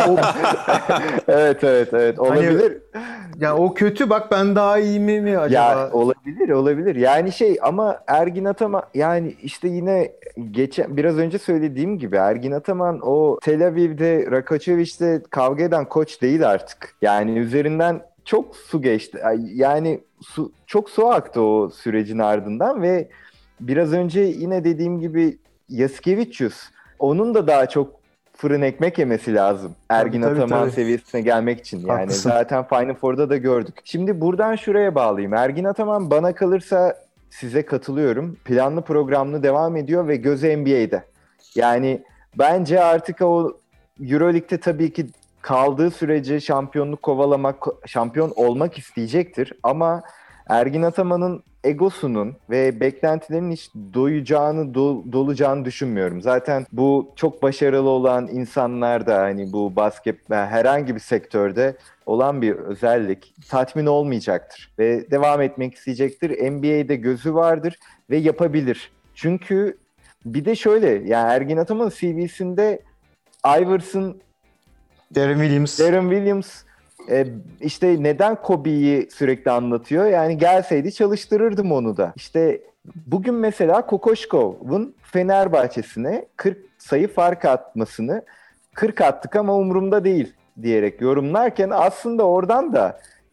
evet olabilir. yani o kötü, bak ben daha iyi mi acaba? Ya olabilir. Yani ama Ergin Ataman yani işte yine biraz önce söylediğim gibi Ergin Ataman o Tel Aviv'de Rakaçeviç'te kavga eden koç değil artık. Yani üzerinden çok su geçti. Yani çok su aktı o sürecin ardından ve biraz önce yine dediğim gibi Yasikevicius onun da daha çok fırın ekmek yemesi lazım. Ergin Ataman seviyesine gelmek için. Yani haklısın. zaten Final Four'da da gördük. Şimdi buradan şuraya bağlayayım. Ergin Ataman bana kalırsa size katılıyorum. Planlı programlı devam ediyor ve gözü NBA'de. Yani bence artık o Euroleague'de tabii ki kaldığı sürece şampiyonluk kovalamak, şampiyon olmak isteyecektir. Ama Ergin Ataman'ın egosunun ve beklentilerin hiç dolacağını düşünmüyorum. Zaten bu çok başarılı olan insanlar da hani bu basket ve herhangi bir sektörde olan bir özellik tatmin olmayacaktır ve devam etmek isteyecektir. NBA'de gözü vardır ve yapabilir. Çünkü bir de şöyle yani Ergin Ataman'ın CV'sinde Iverson, Deron Williams işte neden Kobe'yi sürekli anlatıyor? Yani gelseydi çalıştırırdım onu da. İşte bugün mesela Kokoşkov'un Fenerbahçe'sine 40 sayı fark atmasını 40 attık ama umurumda değil diyerek yorumlarken aslında oradan da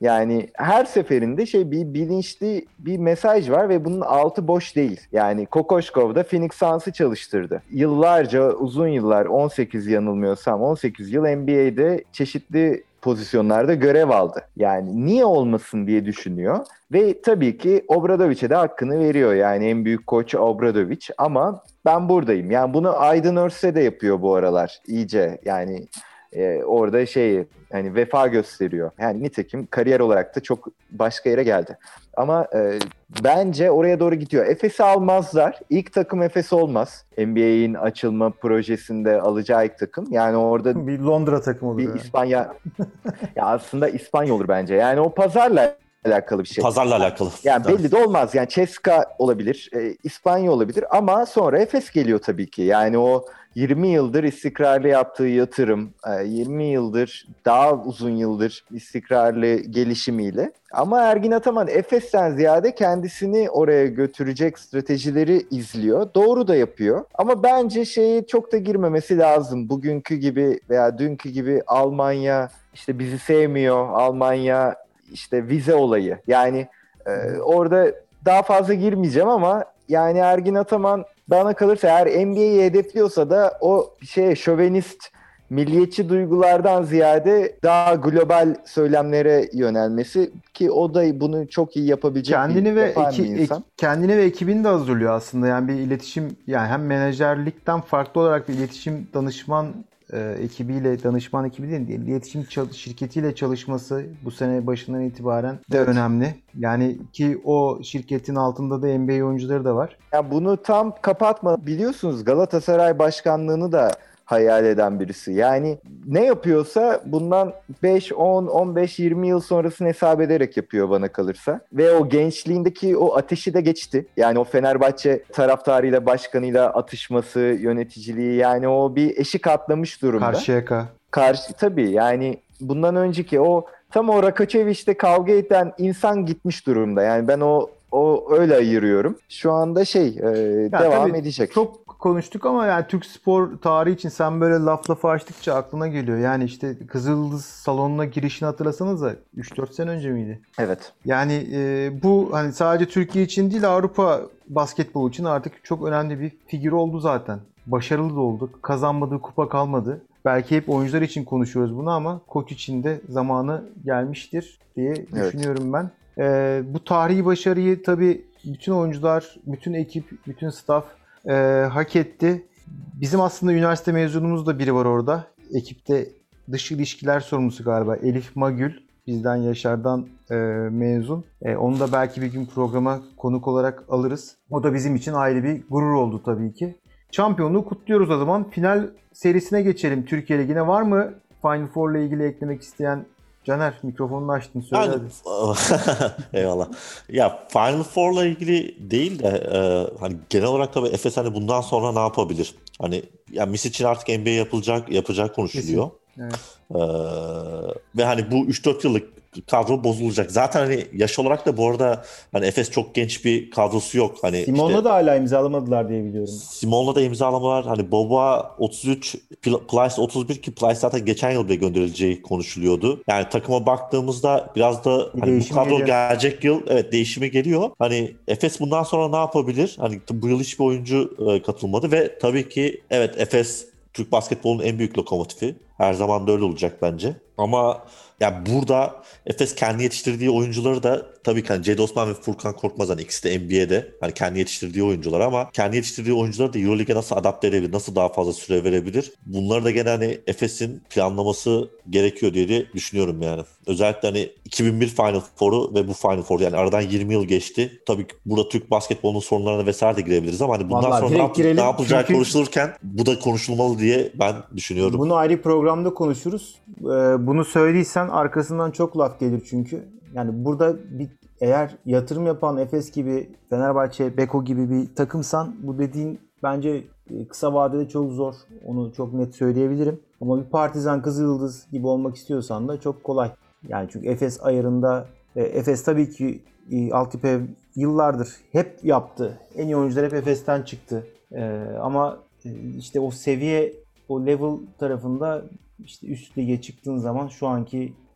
Yani her seferinde bir bilinçli bir mesaj var ve bunun altı boş değil. Yani Kokoşkov da Phoenix Suns'ı çalıştırdı. Yıllarca, uzun yıllar, 18 yanılmıyorsam 18 yıl NBA'de çeşitli pozisyonlarda görev aldı. Yani niye olmasın diye düşünüyor. Ve tabii ki Obradovic'e de hakkını veriyor. Yani en büyük koç Obradovic, ama ben buradayım. Yani bunu Aydın Örse de yapıyor bu aralar iyice. Yani orada hani vefa gösteriyor. Yani nitekim kariyer olarak da çok başka yere geldi. Ama bence oraya doğru gidiyor. Efes'i almazlar. İlk takım Efes olmaz. NBA'in açılma projesinde alacağı ilk takım. Yani orada Bir Londra takımı olur. bir Yani. İspanya ya aslında İspanya olur bence. Yani o pazarla alakalı bir şey. Pazarla alakalı. Yani belli de olmaz. Yani Ceska olabilir, İspanya olabilir ama sonra Efes geliyor tabii ki. Yani o 20 yıldır istikrarlı yaptığı yatırım, 20 yıldır, daha uzun yıldır istikrarlı gelişimiyle. Ama Ergin Ataman Efes'ten ziyade kendisini oraya götürecek stratejileri izliyor. Doğru da yapıyor. Ama bence çok da girmemesi lazım. Bugünkü gibi veya dünkü gibi Almanya işte bizi sevmiyor, Almanya işte vize olayı. Yani orada daha fazla girmeyeceğim ama yani Ergin Ataman bana kalırsa eğer NBA'yi hedefliyorsa da o şövenist, milliyetçi duygulardan ziyade daha global söylemlere yönelmesi, ki o da bunu çok iyi yapabilecek bir insan. Kendini ve ekibini de hazırlıyor aslında. Yani bir iletişim, yani hem menajerlikten farklı olarak bir iletişim danışman danışman ekibi değil, iletişim şirketiyle çalışması bu sene başından itibaren de önemli. Yani ki o şirketin altında da NBA oyuncuları da var. Ya bunu tam kapatma, biliyorsunuz Galatasaray başkanlığını da hayal eden birisi. Yani ne yapıyorsa bundan 5, 10, 15, 20 yıl sonrasını hesap ederek yapıyor bana kalırsa. Ve o gençliğindeki o ateşi de geçti. Yani o Fenerbahçe taraftarıyla, başkanıyla atışması, yöneticiliği, yani o bir eşik atlamış durumda. Tabii yani bundan önceki tam o Rakaçeviç'te kavga eden insan gitmiş durumda. Yani ben o öyle ayırıyorum. Şu anda devam edecek. Çok konuştuk ama yani Türk spor tarihi için sen böyle lafı açtıkça aklına geliyor. Yani işte Kızıldız salonuna girişini hatırlasanıza 3-4 sene önce miydi? Evet. Yani bu hani sadece Türkiye için değil, Avrupa basketbolu için artık çok önemli bir figür oldu zaten. Başarılı da oldu. Kazanmadığı kupa kalmadı. Belki hep oyuncular için konuşuyoruz bunu ama koç için de zamanı gelmiştir diye düşünüyorum ben. Bu tarihi başarıyı tabii bütün oyuncular, bütün ekip, bütün staff hak etti. Bizim aslında üniversite mezunumuz da biri var orada. Ekipte dış ilişkiler sorumlusu galiba. Elif Magül. Bizden, Yaşar'dan mezun. Onu da belki bir gün programa konuk olarak alırız. O da bizim için ayrı bir gurur oldu tabii ki. Şampiyonluğu kutluyoruz o zaman. Final serisine geçelim. Türkiye Ligi'ne var mı Final Four ile ilgili eklemek isteyen? Caner, mikrofonunu açtın, söyle hadi. Eyvallah. Ya Final Four'la ilgili değil de hani genel olarak tabii Efes hani bundan sonra ne yapabilir? Hani ya Mis için artık NBA yapacak konuşuluyor. Evet. Ve hani bu 3-4 yıllık kadro bozulacak. Zaten hani yaş olarak da bu arada hani Efes çok genç bir kadrosu yok. Hani Simon'la da hala imzalamadılar diye biliyorum. Simon'la da imzalamalar. Hani Boba 33, Plyce 31 ki Plyce zaten geçen yıl bile gönderileceği konuşuluyordu. Yani takıma baktığımızda biraz da hani bu kadro gelecek yıl değişimi geliyor. Hani Efes bundan sonra ne yapabilir? Hani bu yıl hiçbir oyuncu katılmadı ve tabii ki Efes Türk basketbolunun en büyük lokomotifi. Her zaman da öyle olacak bence. Ama yani burada Efes kendi yetiştirdiği oyuncuları da tabii ki hani Cedi Osman ve Furkan Korkmaz, hani ikisi de NBA'de hani kendi yetiştirdiği oyuncular, ama kendi yetiştirdiği oyuncuları da EuroLeague'e nasıl adapte edebilir, nasıl daha fazla süre verebilir? Bunları da gene hani Efes'in planlaması gerekiyor diye de düşünüyorum yani. Özellikle hani 2001 Final Four'u ve bu Final Four, yani aradan 20 yıl geçti. Tabii ki burada Türk basketbolunun sorunlarına vesaire de girebiliriz ama hani bundan sonra ne yapılacağı konuşulurken bu da konuşulmalı diye ben düşünüyorum. Bunu ayrı programda konuşuruz. Bunu söylediysen arkasından çok laf gelir çünkü. Yani burada eğer yatırım yapan Efes gibi, Fenerbahçe, Beko gibi bir takımsan bu dediğin bence kısa vadede çok zor. Onu çok net söyleyebilirim. Ama bir Partizan, Kızılyıldız gibi olmak istiyorsan da çok kolay. Yani çünkü Efes ayarında, Efes tabii ki altyapı yıllardır hep yaptı. En iyi oyuncular hep Efes'ten çıktı. Ama işte o seviye, o level tarafında işte üst lige çıktığın zaman şu anki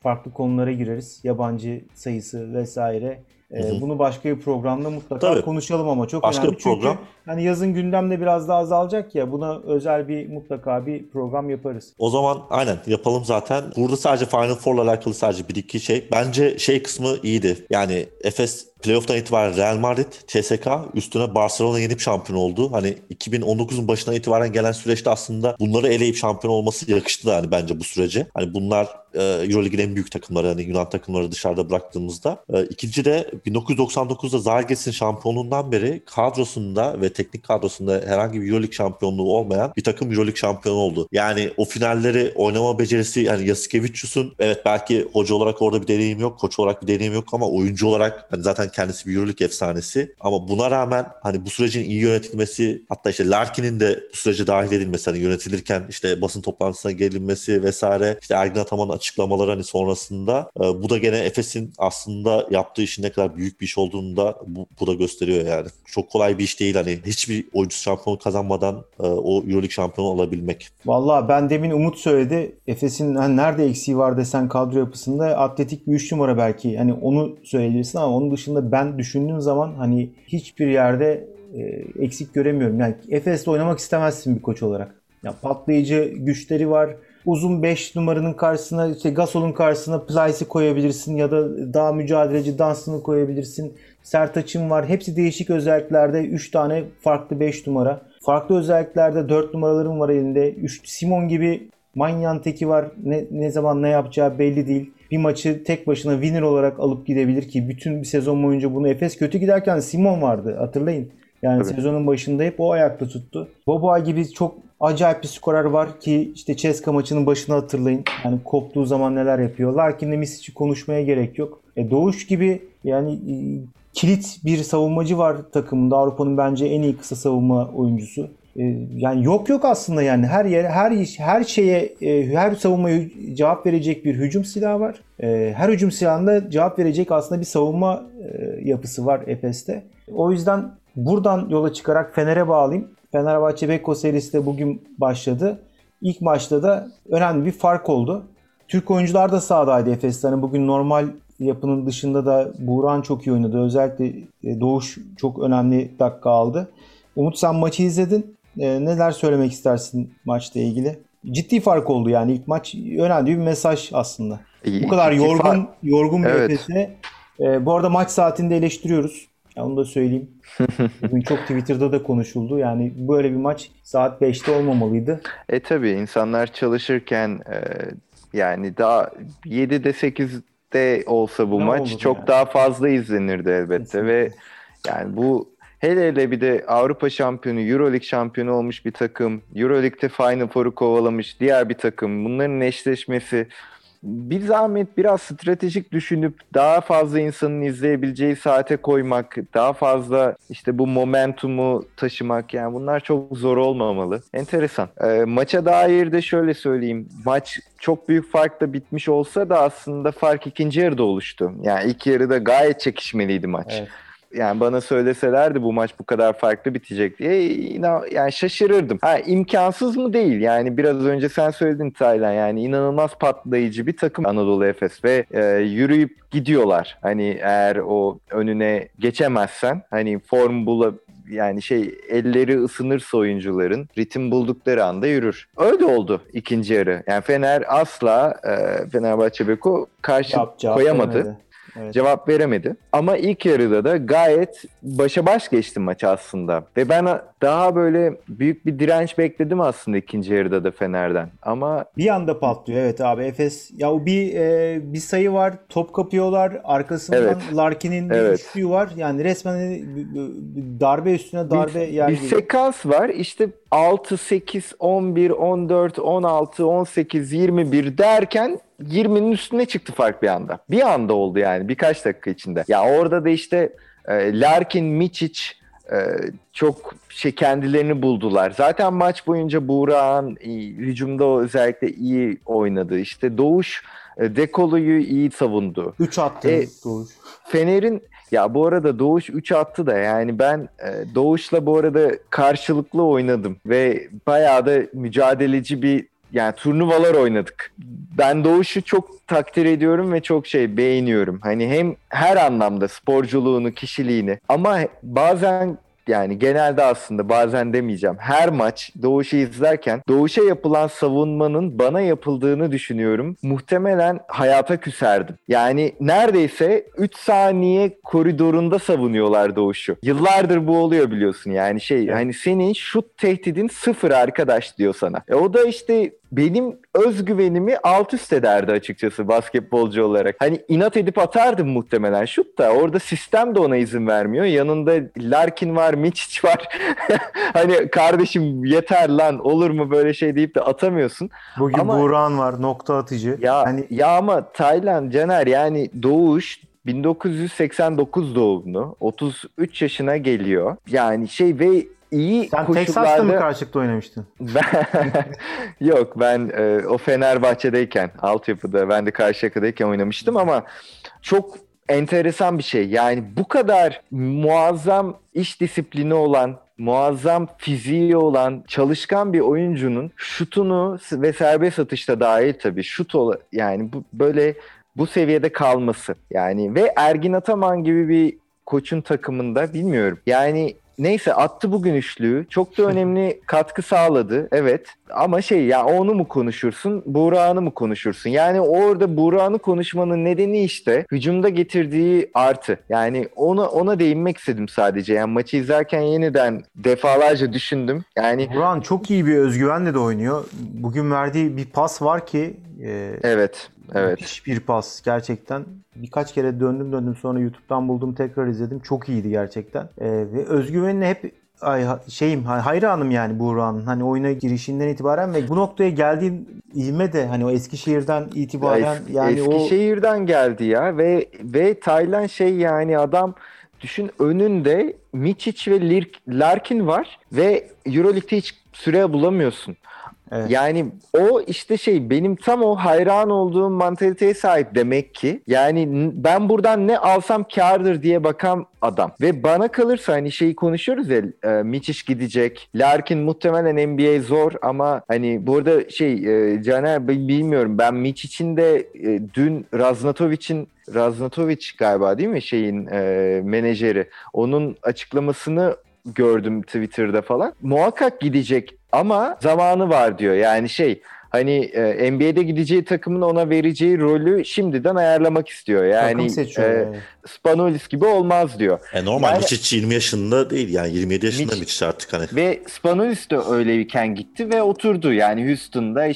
farklı konulara gireriz. Yabancı sayısı vesaire. Bunu başka bir programda mutlaka Tabii. konuşalım ama çok Başka önemli. bir program. Çünkü hani yazın gündemde biraz daha azalacak ya, buna özel mutlaka bir program yaparız. O zaman aynen yapalım zaten. Burada sadece Final Four'la alakalı sadece bir iki şey. Bence kısmı iyiydi. Yani Efes playoff'tan itibaren Real Madrid, CSKA üstüne Barcelona yenip şampiyon oldu. Hani 2019'un başından itibaren gelen süreçte aslında bunları eleyip şampiyon olması yakıştı da hani bence bu sürece. Hani bunlar Euroleague'in en büyük takımları, hani Yunan takımları dışarıda bıraktığımızda. İkinci de 1999'da Zalgiris'in şampiyonluğundan beri kadrosunda ve teknik kadrosunda herhangi bir Euroleague şampiyonluğu olmayan bir takım Euroleague şampiyonu oldu. Yani o finalleri oynama becerisi, yani Jasikevicius'un evet belki hoca olarak orada bir deneyim yok, koç olarak bir deneyim yok ama oyuncu olarak hani zaten kendisi bir Euroleague efsanesi. Ama buna rağmen hani bu sürecin iyi yönetilmesi, hatta işte Larkin'in de bu sürece dahil edilmesi, hani yönetilirken işte basın toplantısına gelinmesi vesaire, işte Ergin Ataman'ın açıklamaları hani sonrasında bu da gene Efes'in aslında yaptığı işin ne kadar büyük bir iş olduğunu da bu da gösteriyor yani. Çok kolay bir iş değil hani hiçbir oyuncu şampiyonu kazanmadan o Euroleague şampiyonu olabilmek. Vallahi ben demin Umut söyledi. Efes'in hani nerede eksiği var desen kadro yapısında atletik bir 3 numara belki. Hani onu söyleyebilirsin ama onun dışında ben düşündüğüm zaman hani hiçbir yerde eksik göremiyorum. Yani Efes'le oynamak istemezsin bir koç olarak. Ya patlayıcı güçleri var. Uzun 5 numaranın karşısına işte Gasol'un karşısına Plyce'i koyabilirsin ya da daha mücadeleci Dunstan'ı koyabilirsin. Sertaç'ın var. Hepsi değişik özelliklerde. 3 tane farklı 5 numara. Farklı özelliklerde 4 numaraların var elinde. Simon gibi manyan teki var. Ne zaman ne yapacağı belli değil. Bir maçı tek başına winner olarak alıp gidebilir ki bütün bir sezon boyunca bunu Efes kötü giderken Simon vardı. Hatırlayın. Yani Tabii. Sezonun başında hep o ayakta tuttu. Boboa gibi çok acayip bir skorer var ki işte CSKA maçının başını hatırlayın. Yani koptuğu zaman neler yapıyor. Larkin'le Misic'i konuşmaya gerek yok. Doğuş gibi yani kilit bir savunmacı var takımında. Avrupa'nın bence en iyi kısa savunma oyuncusu. Yani yok aslında yani her yere her şeye her savunmaya cevap verecek bir hücum silahı var. Her hücum silahında cevap verecek aslında bir savunma yapısı var Efes'te. O yüzden buradan yola çıkarak Fener'e bağlayayım. Fenerbahçe Beko serisi de bugün başladı. İlk maçta da önemli bir fark oldu. Türk oyuncular da sahadaydı Efes'te. Hani bugün normal yapının dışında da Buğra'n çok iyi oynadı. Özellikle Doğuş çok önemli dakika aldı. Umut sen maçı izledin. Neler söylemek istersin maçla ilgili? Ciddi fark oldu yani ilk maç. Önemli bir mesaj aslında. Bu kadar yorgun bir Evet. Efes'e. Bu arada maç saatinde eleştiriyoruz. Onu da söyleyeyim. Bugün çok Twitter'da da konuşuldu. Yani böyle bir maç saat 5'te olmamalıydı. Tabii insanlar çalışırken yani daha 7'de 8'de olsa bu Ne maç olur çok yani? daha fazla izlenirdi elbette. Kesinlikle. Ve yani bu hele bir de Avrupa şampiyonu, Euroleague şampiyonu olmuş bir takım, Euroleague'de Final Four'u kovalamış diğer bir takım, bunların eşleşmesi bir zahmet biraz stratejik düşünüp daha fazla insanın izleyebileceği saate koymak, daha fazla işte bu momentumu taşımak, yani bunlar çok zor olmamalı. Enteresan. Maça dair de şöyle söyleyeyim. Maç çok büyük farkla bitmiş olsa da aslında fark ikinci yarıda oluştu. Yani ilk yarıda gayet çekişmeliydi maç. Evet. Yani bana söyleselerdi bu maç bu kadar farklı bitecek diye yani şaşırırdım. İmkansız mı değil? Yani biraz önce sen söyledin Taylan, yani inanılmaz patlayıcı bir takım Anadolu Efes ve yürüyüp gidiyorlar. Hani eğer o önüne geçemezsen hani yani elleri ısınırsa oyuncuların ritim buldukları anda yürür. Öyle oldu ikinci yarı. Yani Fener asla Fenerbahçe Beko karşı Cevap koyamadı. veremedi. Evet. Cevap veremedi. Ama ilk yarıda da gayet başa baş geçti maç aslında. Ve ben daha böyle büyük bir direnç bekledim aslında ikinci yarıda da Fener'den. Ama Bir anda patlıyor evet abi Efes. Ya o bir sayı var. Top kapıyorlar. Arkasından Evet. Larkin'in bir Evet. üçlüğü var. Yani resmen darbe üstüne darbe yer bir gibi. sekans var. İşte 6, 8, 11, 14, 16, 18, 21 derken 20'nin üstüne çıktı fark bir anda. Bir anda oldu yani birkaç dakika içinde. Ya orada da işte Larkin, Micic çok kendilerini buldular. Zaten maç boyunca Buğra'n hücumda özellikle iyi oynadı. İşte Doğuş Dekolo'yu iyi savundu. 3 attı Doğuş. Fener'in bu arada Doğuş 3 attı da yani ben Doğuş'la bu arada karşılıklı oynadım ve bayağı da mücadeleci bir yani turnuvalar oynadık. Ben Doğuş'u çok takdir ediyorum ve çok beğeniyorum. Hani hem her anlamda sporculuğunu, kişiliğini, ama bazen, yani genelde aslında, bazen demeyeceğim, her maç Doğuş'u izlerken Doğuş'a yapılan savunmanın bana yapıldığını düşünüyorum. Muhtemelen hayata küserdim. Yani neredeyse 3 saniye koridorunda savunuyorlar Doğuş'u. Yıllardır bu oluyor biliyorsun, yani hani senin şut tehdidin sıfır arkadaş diyor sana. O da işte benim özgüvenimi alt üst ederdi açıkçası basketbolcu olarak. Hani inat edip atardım muhtemelen şut da, orada sistem de ona izin vermiyor. Yanında Larkin var, Mičić var. Hani kardeşim yeter lan, olur mu böyle şey deyip de atamıyorsun. Bugün Ama Buğra'n var, nokta atıcı. Ya ama Taylan, Caner, yani Doğuş 1989 doğumlu, 33 yaşına geliyor. Yani ve iyi Sen koşullarda... Texas'ta mı karşılıklı oynamıştın? Yok, ben o Fenerbahçe'deyken, altyapıda, ben de Karşıyaka'dayken oynamıştım ama çok enteresan bir şey. Yani bu kadar muazzam iş disiplini olan, muazzam fiziği olan, çalışkan bir oyuncunun şutunu ve serbest atışta dahil tabii yani böyle bu seviyede kalması. Yani ve Ergin Ataman gibi bir koçun takımında, bilmiyorum. Yani neyse, attı bugün üçlüğü. Çok da önemli katkı sağladı. Evet. Ama ya onu mu konuşursun, Buğra'nı mı konuşursun? Yani orada Buğra'nı konuşmanın nedeni işte hücumda getirdiği artı. Yani ona değinmek istedim sadece. Yani maçı izlerken yeniden defalarca düşündüm. Yani Buğra'n çok iyi bir özgüvenle de oynuyor. Bugün verdiği bir pas var ki evet. müthiş bir pas gerçekten. Birkaç kere döndüm sonra YouTube'dan buldum, tekrar izledim. Çok iyiydi gerçekten. Ve özgüvenine hep hayranım yani Buğra'nın. Hani oyuna girişinden itibaren ve bu noktaya geldiğin ivme de hani o Eskişehir'den itibaren Eskişehir'den geldi ya ve Taylan yani adam, düşün, önünde Mičić ve Larkin var ve EuroLeague'de hiç süre bulamıyorsun. Evet. Yani o işte benim tam o hayran olduğum mantaliteye sahip demek ki. Yani ben buradan ne alsam kârdır diye bakan adam. Ve bana kalırsa hani konuşuyoruz ya, Mičić gidecek. Larkin muhtemelen NBA zor ama hani burada Caner, bilmiyorum, ben Mičić'in de dün Raznatović galiba değil mi menajeri, onun açıklamasını gördüm Twitter'da falan. Muhakkak gidecek ama zamanı var diyor. Yani hani NBA'de gideceği takımın ona vereceği rolü şimdiden ayarlamak istiyor. Yani Spanoulis gibi olmaz diyor. Normal, yani, Mičić 20 yaşında değil yani, 27 yaşında Mičić artık hani. Ve Spanoulis de öyleyken gitti ve oturdu. Yani Houston'da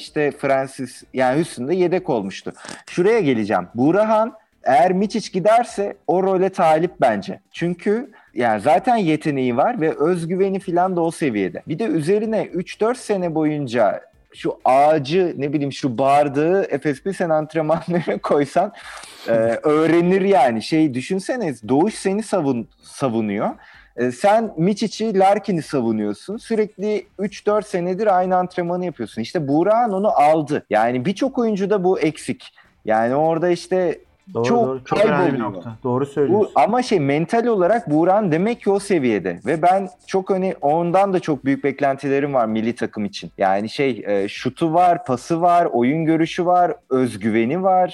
Houston'da yedek olmuştu. Şuraya geleceğim. Buğrahan eğer Mičić giderse o role talip bence. Çünkü yani zaten yeteneği var ve özgüveni falan da o seviyede. Bir de üzerine 3-4 sene boyunca şu ağacı, ne bileyim, şu bardağı Efes Pilsen antrenmanlarına koysan öğrenir yani. Düşünsene, Doğuş seni savunuyor. Sen Mičić'i, Larkin'i savunuyorsun. Sürekli 3-4 senedir aynı antrenmanı yapıyorsun. İşte Buğrahan onu aldı. Yani birçok oyuncuda bu eksik. Yani orada Doğru. Çok önemli bir nokta. Doğru söylüyorsun. Ama mental olarak Buğra'n demek ki o seviyede. Ve ben ondan da çok büyük beklentilerim var milli takım için. Yani şutu var, pası var, oyun görüşü var, özgüveni var.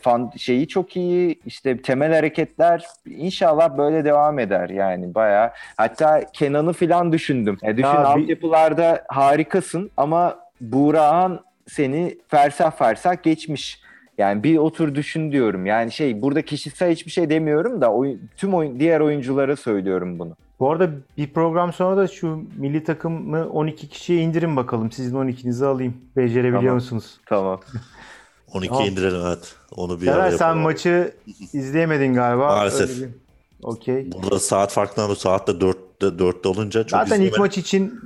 Çok iyi. İşte temel hareketler. İnşallah böyle devam eder yani bayağı. Hatta Kenan'ı falan düşündüm. Altyapılarda harikasın ama Buğra'n seni fersah geçmiş. Yani bir otur düşün diyorum. Yani burada kişisel hiçbir şey demiyorum da tüm diğer oyunculara söylüyorum bunu. Bu arada bir program sonra da şu milli takımı 12 kişiye indirin bakalım. Sizin 12'nizi alayım. Becerebiliyor musunuz? Tamam. 12'ye indirelim, evet. Onu bir ara Caner, yapalım. sen maçı izleyemedin galiba. Maalesef. Okey. Burada saat farkından o saatte 4'te olunca çok zaten izlemedim. ilk maç için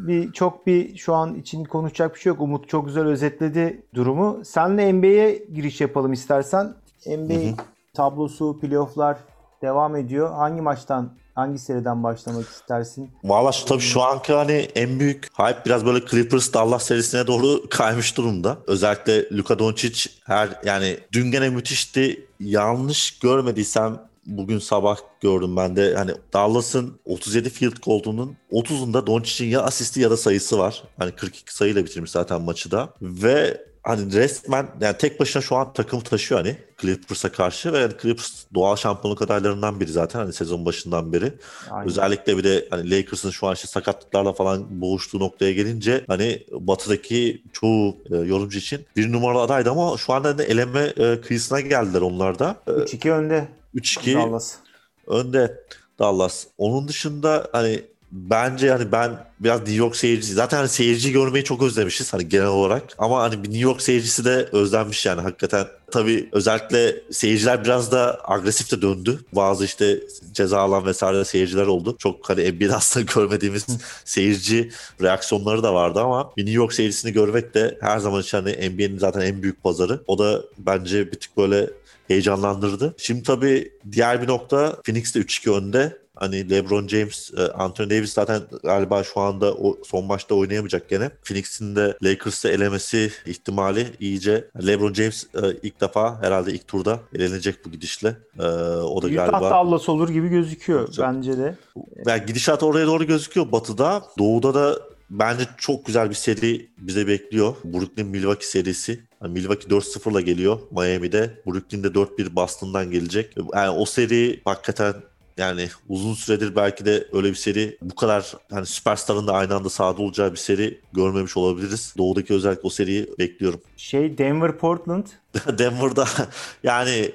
şu an için konuşacak bir şey yok. Umut çok güzel özetledi durumu. Senle NBA'ye giriş yapalım istersen. NBA tablosu, playoff'lar devam ediyor. Hangi seriden başlamak istersin? Valla tabii şu anki hani en büyük hype biraz böyle Clippers Dallas serisine doğru kaymış durumda. Özellikle Luka Doncic yani dün gene müthişti. Yanlış görmediysem bugün sabah gördüm ben de. Hani Dallas'ın 37 field goal'unun 30'unda Doncic'in ya asisti ya da sayısı var. Hani 42 sayıyla bitirmiş zaten maçı da. Ve hani resmen yani tek başına şu an takımı taşıyor hani Clippers'a karşı ve yani Clippers doğal şampiyonluk adaylarından biri zaten hani sezon başından beri. Aynen. Özellikle bir de hani Lakers'ın şu an işte sakatlıklarla falan boğuştuğu noktaya gelince hani batıdaki çoğu yorumcu için bir numaralı adaydı ama şu anda hani eleme kıyısına geldiler onlar da. 3-2 önde 3-2 Dallas. önde Dallas. Onun dışında hani bence hani ben biraz New York seyircisi zaten hani seyirci görmeyi çok özlemişiz hani genel olarak ama hani bir New York seyircisi de özlenmiş yani hakikaten. Tabii özellikle seyirciler biraz da agresif de döndü. Bazı işte ceza alan vesaire seyirciler oldu. Çok hani NBA'de aslında görmediğimiz seyirci reaksiyonları da vardı ama bir New York seyircisini görmek de her zaman için hani NBA'nin zaten en büyük pazarı. O da bence bir tık böyle heyecanlandırdı. Şimdi tabii diğer bir nokta Phoenix'te 3-2 önde. Hani LeBron James, Anthony Davis zaten galiba şu anda o son maçta oynayamayacak gene. Phoenix'in de Lakers'ı elemesi ihtimali iyice. LeBron James ilk defa herhalde ilk turda elenecek bu gidişle. O da Utah galiba Dallas olur gibi gözüküyor olacak. bence de. Yani gidişat oraya doğru gözüküyor batıda. Doğuda da bence çok güzel bir seri bize bekliyor. Brooklyn-Milwaukee serisi. Yani Milwaukee 4-0'la geliyor Miami'de. Brooklyn de 4-1 Boston'dan gelecek. Yani o seri hakikaten yani uzun süredir belki de öyle bir seri bu kadar hani süperstarın da aynı anda sahada olacağı bir seri görmemiş olabiliriz. Doğudaki özellikle o seriyi bekliyorum. Denver Portland. Denver'da yani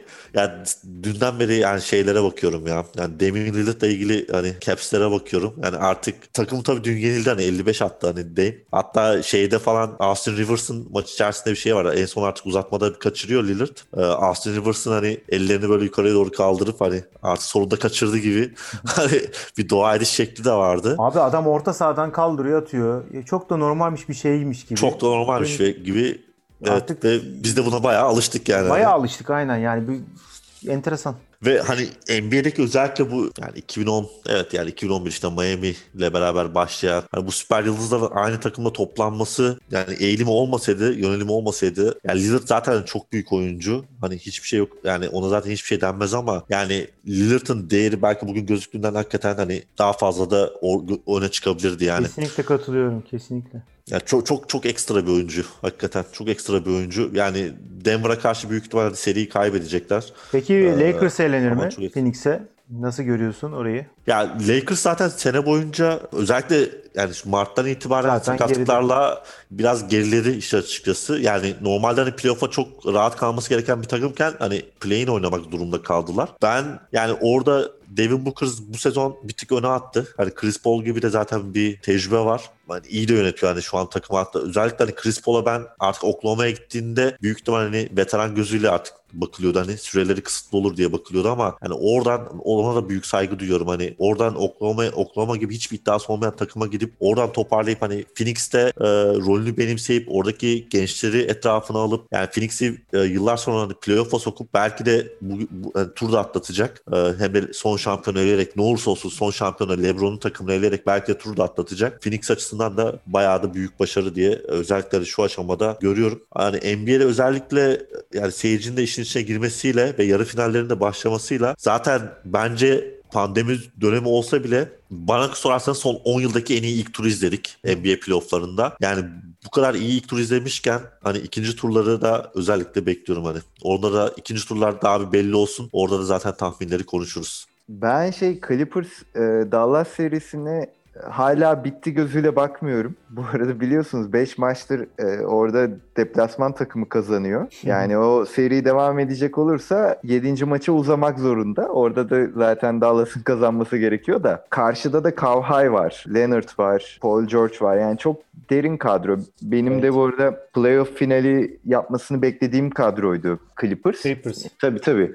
dünden beri yani şeylere bakıyorum ya. Yani Damian Lillard'la ilgili hani caps'lere bakıyorum. Yani artık takım tabii dün yenildi hani 55 attı hani Dame. Hatta şeyde falan Austin Rivers'ın maç içerisinde bir şey var. En son artık uzatmada bir kaçırıyor Lillard. Austin Rivers'ın hani ellerini böyle yukarıya doğru kaldırıp hani artık sonunda kaçırdı gibi hani bir dua ediş şekli de vardı. Abi adam orta sahadan kaldırıyor atıyor. Çok da normalmiş bir şeymiş gibi. Çok da normal bir şey gibi. Evet Artık ve biz de buna bayağı alıştık yani. bayağı alıştık aynen yani enteresan. Ve hani NBA'deki özellikle bu yani 2010 evet yani 2011 işte Miami ile beraber başlayan hani bu süper yıldızların aynı takımda toplanması yani eğilimi olmasaydı, yönelimi olmasaydı yani Lillard zaten çok büyük oyuncu. Hani hiçbir şey yok. Yani ona zaten hiçbir şey denmez ama yani Lillard'ın değeri belki bugün gözüktüğünden hakikaten hani daha fazla da öne çıkabilirdi yani. Kesinlikle katılıyorum kesinlikle. Yani çok ekstra bir oyuncu. Hakikaten çok ekstra bir oyuncu. Yani Denver'a karşı büyük ihtimalle seriyi kaybedecekler. Peki Lakers elenir ama mi çok- Phoenix'e? Nasıl görüyorsun orayı? Ya Lakers zaten sene boyunca özellikle yani şu Mart'tan itibaren Zaten sakatlıklarla biraz geriledi işte açıkçası. Yani normalde hani playoff'a çok rahat kalması gereken bir takımken hani play-in oynamak durumunda kaldılar. Ben yani orada Devin Booker bu sezon bir tık öne attı. Hani Chris Paul gibi de zaten bir tecrübe var. Yani iyi de yönetiyor hani şu an takımı hatta. Özellikle hani Chris Paul'a ben artık Oklahoma'ya gittiğinde büyük ihtimal hani veteran gözüyle artık bakılıyordu. Hani süreleri kısıtlı olur diye bakılıyordu ama hani oradan ona da büyük saygı duyuyorum. Hani oradan Oklahoma gibi hiçbir iddiası olmayan takıma gidip oradan toparlayıp hani Phoenix'te rolünü benimseyip oradaki gençleri etrafına alıp yani Phoenix'i yıllar sonra hani playoff'a sokup belki de bu turda atlatacak. Hem de son şampiyonu eleyerek ne olursa olsun son şampiyonu LeBron'un takımını eleyerek belki de turda atlatacak. Phoenix açısından da bayağı da büyük başarı diye özellikle şu aşamada görüyorum. Yani NBA'de özellikle yani seyircinin de işin içine girmesiyle ve yarı finallerinde başlamasıyla zaten bence pandemi dönemi olsa bile bana sorarsanız son 10 yıldaki en iyi ilk turu izledik NBA playofflarında. Yani bu kadar iyi ilk tur izlemişken hani ikinci turları da özellikle bekliyorum hani. Orada da ikinci turlar daha bir belli olsun. Orada da zaten tahminleri konuşuruz. Ben Clippers Dallas serisine hala bitti gözüyle bakmıyorum. Bu arada biliyorsunuz 5 maçtır orada deplasman takımı kazanıyor. Yani o seri devam edecek olursa 7. maça uzamak zorunda. Orada da zaten Dallas'ın kazanması gerekiyor da. Karşıda da Kawhi var, Leonard var, Paul George var. Yani çok derin kadro. Benim de bu arada playoff finali yapmasını beklediğim kadroydu Clippers. Tabii.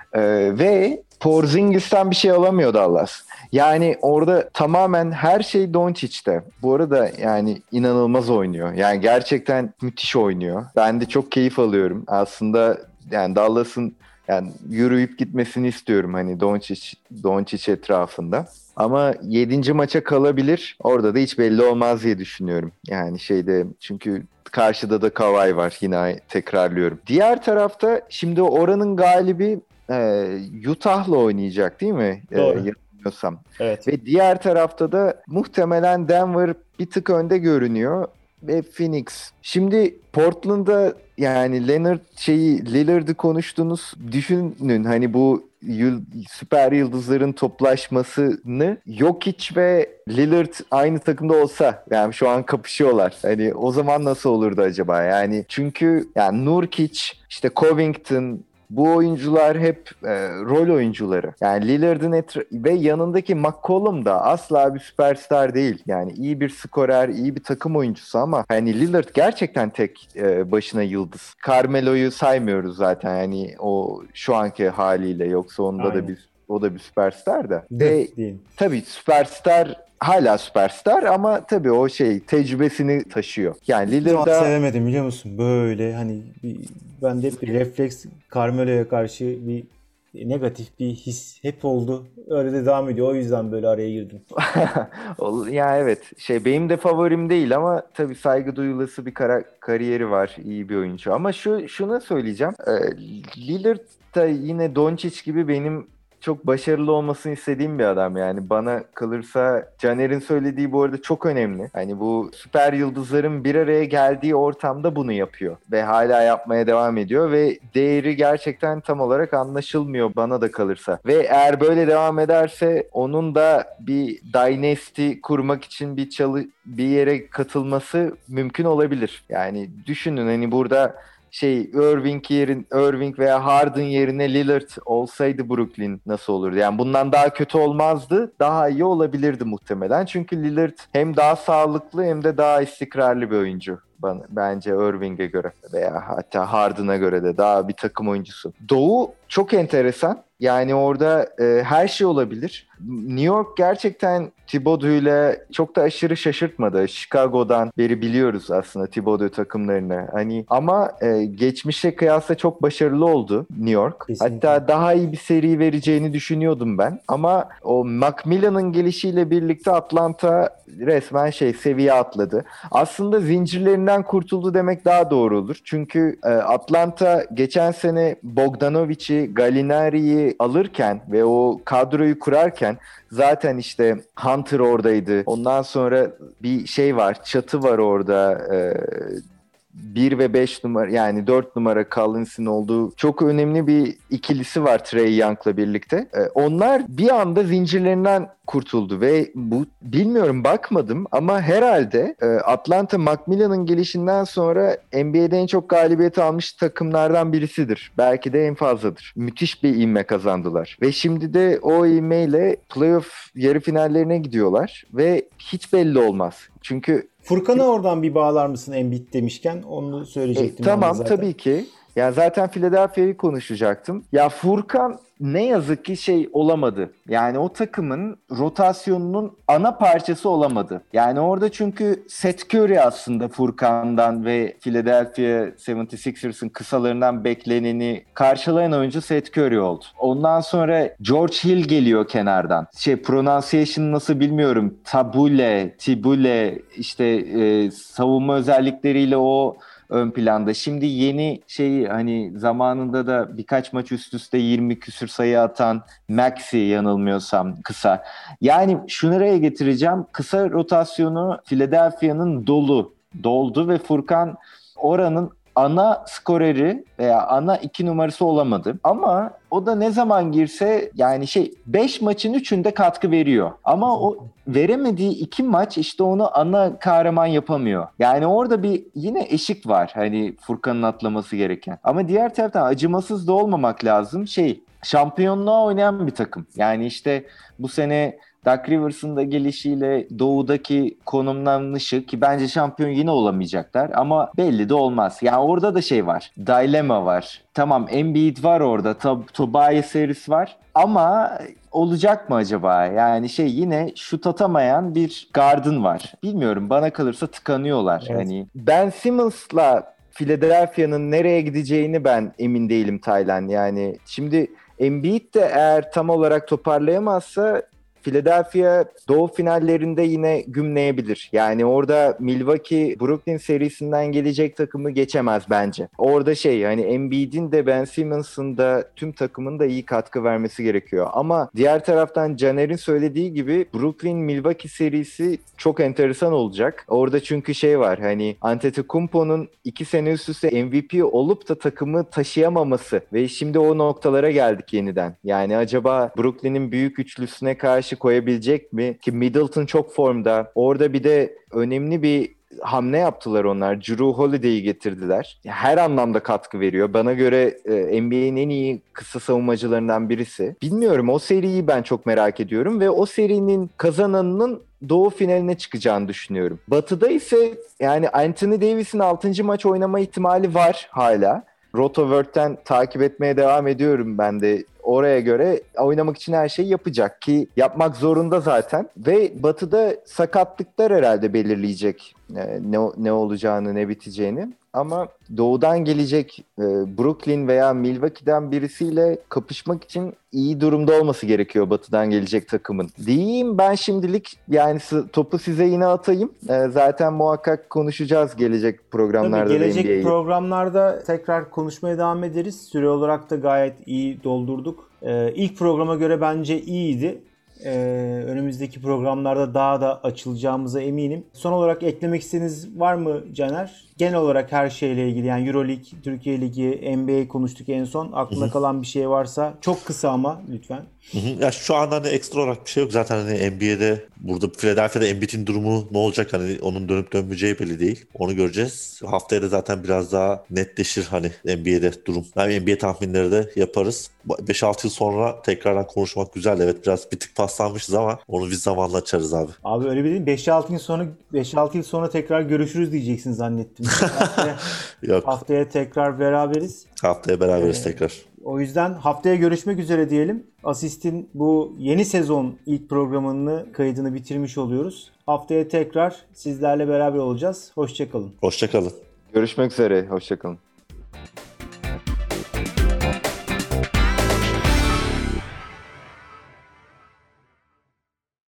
Ve Porzingis'ten bir şey alamıyor Dallas. Yani orada tamamen her şey Doncic'te. Bu arada yani inanılmaz oynuyor. Yani gerçekten müthiş oynuyor. Ben de çok keyif alıyorum. Aslında yani Dallas'ın yani yürüyüp gitmesini istiyorum hani Doncic etrafında. Ama 7. maça kalabilir. Orada da hiç belli olmaz diye düşünüyorum. Yani çünkü karşıda da Kawhi var yine tekrarlıyorum. Diğer tarafta şimdi oranın galibi Utah'la oynayacak değil mi? Doğru. Yanılmıyorsam. Evet. Ve diğer tarafta da muhtemelen Denver bir tık önde görünüyor. Ve Phoenix. Şimdi Portland'da yani Lillard'ı konuştuğunuz düşünün. Hani bu süper yıldızların toplaşmasını Jokic ve Lillard aynı takımda olsa, yani şu an kapışıyorlar. Hani o zaman nasıl olurdu acaba? Yani çünkü yani Nurkic, işte Covington, bu oyuncular hep rol oyuncuları. Yani Lillard'ın ve yanındaki McCollum da asla bir süperstar değil. Yani iyi bir skorer, iyi bir takım oyuncusu ama hani Lillard gerçekten tek başına yıldız. Carmelo'yu saymıyoruz zaten, yani o şu anki haliyle, yoksa onda Aynen. da o da bir süperstar da. Değil. Tabii süperstar, hala süperstar ama tabii o tecrübesini taşıyor. Yani Hiçbir zaman Lillard'a sevemedim biliyor musun? Böyle hani bende hep bir refleks, Carmelo'ya karşı bir negatif bir his hep oldu. Öyle de devam ediyor. O yüzden böyle araya girdim. ya evet, benim de favorim değil ama tabii saygı duyulası bir kariyeri var, iyi bir oyuncu. Ama şunu söyleyeceğim. Lillard da yine Doncic gibi benim çok başarılı olmasını istediğim bir adam yani. Bana kalırsa Caner'in söylediği bu arada çok önemli. Hani bu süper yıldızların bir araya geldiği ortamda bunu yapıyor. Ve hala yapmaya devam ediyor ve değeri gerçekten tam olarak anlaşılmıyor bana da kalırsa. Ve eğer böyle devam ederse onun da bir dynasty kurmak için bir yere katılması mümkün olabilir. Yani düşünün, hani burada Irving veya Harden yerine Lillard olsaydı Brooklyn nasıl olurdu? Yani bundan daha kötü olmazdı. Daha iyi olabilirdi muhtemelen. Çünkü Lillard hem daha sağlıklı hem de daha istikrarlı bir oyuncu. Bence Irving'e göre veya hatta Harden'a göre de daha bir takım oyuncusu. Doğu çok enteresan. Yani orada her şey olabilir. New York gerçekten Thibodeau'yla çok da aşırı şaşırtmadı. Chicago'dan beri biliyoruz aslında Thibodeau takımlarını. Hani ama geçmişe kıyasla çok başarılı oldu New York. Kesinlikle. Hatta daha iyi bir seri vereceğini düşünüyordum ben. Ama o McMillan'ın gelişiyle birlikte Atlanta resmen seviye atladı. Aslında zincirlerinden kurtuldu demek daha doğru olur. Çünkü Atlanta geçen sene Bogdanovic'i, Gallinari'yi alırken ve o kadroyu kurarken zaten işte Hunter oradaydı. Ondan sonra bir var, çatı var orada. 1 ve 5 numara, yani 4 numara Collins'in olduğu çok önemli bir ikilisi var Trae Young'la birlikte. Onlar bir anda zincirlerinden kurtuldu ve bu, bilmiyorum, bakmadım ama herhalde Atlanta McMillan'ın gelişinden sonra NBA'de en çok galibiyet almış takımlardan birisidir. Belki de en fazladır. Müthiş bir ivme kazandılar. Ve şimdi de o ivmeyle playoff yarı finallerine gidiyorlar ve hiç belli olmaz. Çünkü Furkan'ı oradan bir bağlar mısın Embiid demişken? Onu söyleyecektim. ben de tamam, zaten. tabii ki. Ya zaten Philadelphia'yı konuşacaktım. Ya Furkan ne yazık ki olamadı. Yani o takımın rotasyonunun ana parçası olamadı. Yani orada çünkü Seth Curry aslında Furkan'dan ve Philadelphia 76ers'ın kısalarından bekleneni karşılayan oyuncu Seth Curry oldu. Ondan sonra George Hill geliyor kenardan. Pronunciation nasıl bilmiyorum. Tibule işte savunma özellikleriyle o ön planda. Şimdi yeni hani zamanında da birkaç maç üst üste 20 küsür sayı atan Maxey, yanılmıyorsam, kısa. Yani şuraya getireceğim. Kısa rotasyonu Philadelphia'nın doldu ve Furkan oranın ana skoreri veya ana 2 numarası olamadı. Ama o da ne zaman girse yani 5 maçın 3'ünde katkı veriyor. Ama o veremediği 2 maç işte onu ana kahraman yapamıyor. Yani orada bir yine eşik var hani Furkan'ın atlaması gereken. Ama diğer taraftan acımasız da olmamak lazım. Şampiyonluğa oynayan bir takım. Yani işte bu sene Doc Rivers'ın da gelişiyle Doğu'daki konumlanışı, ki bence şampiyon yine olamayacaklar ama belli de olmaz. Yani orada da var. Dilema var. Tamam, Embiid var orada. Tobias Harris var. Ama olacak mı acaba? Yani yine şut atamayan bir Garden var. Bilmiyorum, bana kalırsa tıkanıyorlar. Evet. Hani Ben Simmons'la Philadelphia'nın nereye gideceğini ben emin değilim, Taylan. Yani şimdi Embiid de eğer tam olarak toparlayamazsa Philadelphia doğu finallerinde yine gümleyebilir. Yani orada Milwaukee Brooklyn serisinden gelecek takımı geçemez bence. Orada hani Embiid'in de Ben Simmons'ın da tüm takımın da iyi katkı vermesi gerekiyor. Ama diğer taraftan Caner'in söylediği gibi Brooklyn Milwaukee serisi çok enteresan olacak. Orada çünkü var, hani Antetokounmpo'nun 2 sene üst üste MVP olup da takımı taşıyamaması ve şimdi o noktalara geldik yeniden. Yani acaba Brooklyn'in büyük üçlüsüne karşı koyabilecek mi? Ki Middleton çok formda. Orada bir de önemli bir hamle yaptılar onlar. Jrue Holiday'i getirdiler. Her anlamda katkı veriyor. Bana göre NBA'nin en iyi kısa savunmacılarından birisi. Bilmiyorum, o seriyi ben çok merak ediyorum ve o serinin kazananının Doğu finaline çıkacağını düşünüyorum. Batı'da ise yani Anthony Davis'in 6. maç oynama ihtimali var hala. Rotoworld'ten takip etmeye devam ediyorum ben de. Oraya göre oynamak için her şeyi yapacak ki yapmak zorunda zaten. Ve Batı'da sakatlıklar herhalde belirleyecek ne olacağını, ne biteceğini. Ama Doğu'dan gelecek Brooklyn veya Milwaukee'den birisiyle kapışmak için iyi durumda olması gerekiyor Batı'dan gelecek takımın. Diyeyim ben şimdilik, yani topu size yine atayım. Zaten muhakkak konuşacağız gelecek programlarda. Tabii gelecek NBA'yi. programlarda tekrar konuşmaya devam ederiz. Süre olarak da gayet iyi doldurduk. İlk programa göre bence iyiydi. Önümüzdeki programlarda daha da açılacağımıza eminim. Son olarak eklemek istediğiniz var mı Caner? Genel olarak her şeyle ilgili, yani Euroleague, Türkiye Ligi, NBA konuştuk en son. Aklına kalan bir şey varsa çok kısa ama lütfen. Ya şu anda hani ekstra olarak bir şey yok. Zaten hani NBA'de burada Philadelphia'da Embiid'in durumu ne olacak? Hani onun dönüp dönmeyeceği belli değil. Onu göreceğiz. Haftaya da zaten biraz daha netleşir hani NBA'de durum. Yani NBA tahminleri de yaparız. 5-6 yıl sonra tekrardan konuşmak güzel. Evet, biraz bir tık paslanmışız ama onu biz zamanla açarız abi. Abi öyle bir değil. 5-6 yıl sonra tekrar görüşürüz diyeceksin zannettim. Yok. Haftaya tekrar beraberiz. Haftaya beraberiz tekrar. O yüzden haftaya görüşmek üzere diyelim. Asist'in bu yeni sezon ilk programını, kaydını bitirmiş oluyoruz. Haftaya tekrar sizlerle beraber olacağız. Hoşça kalın. Hoşça kalın. Görüşmek üzere. Hoşça kalın.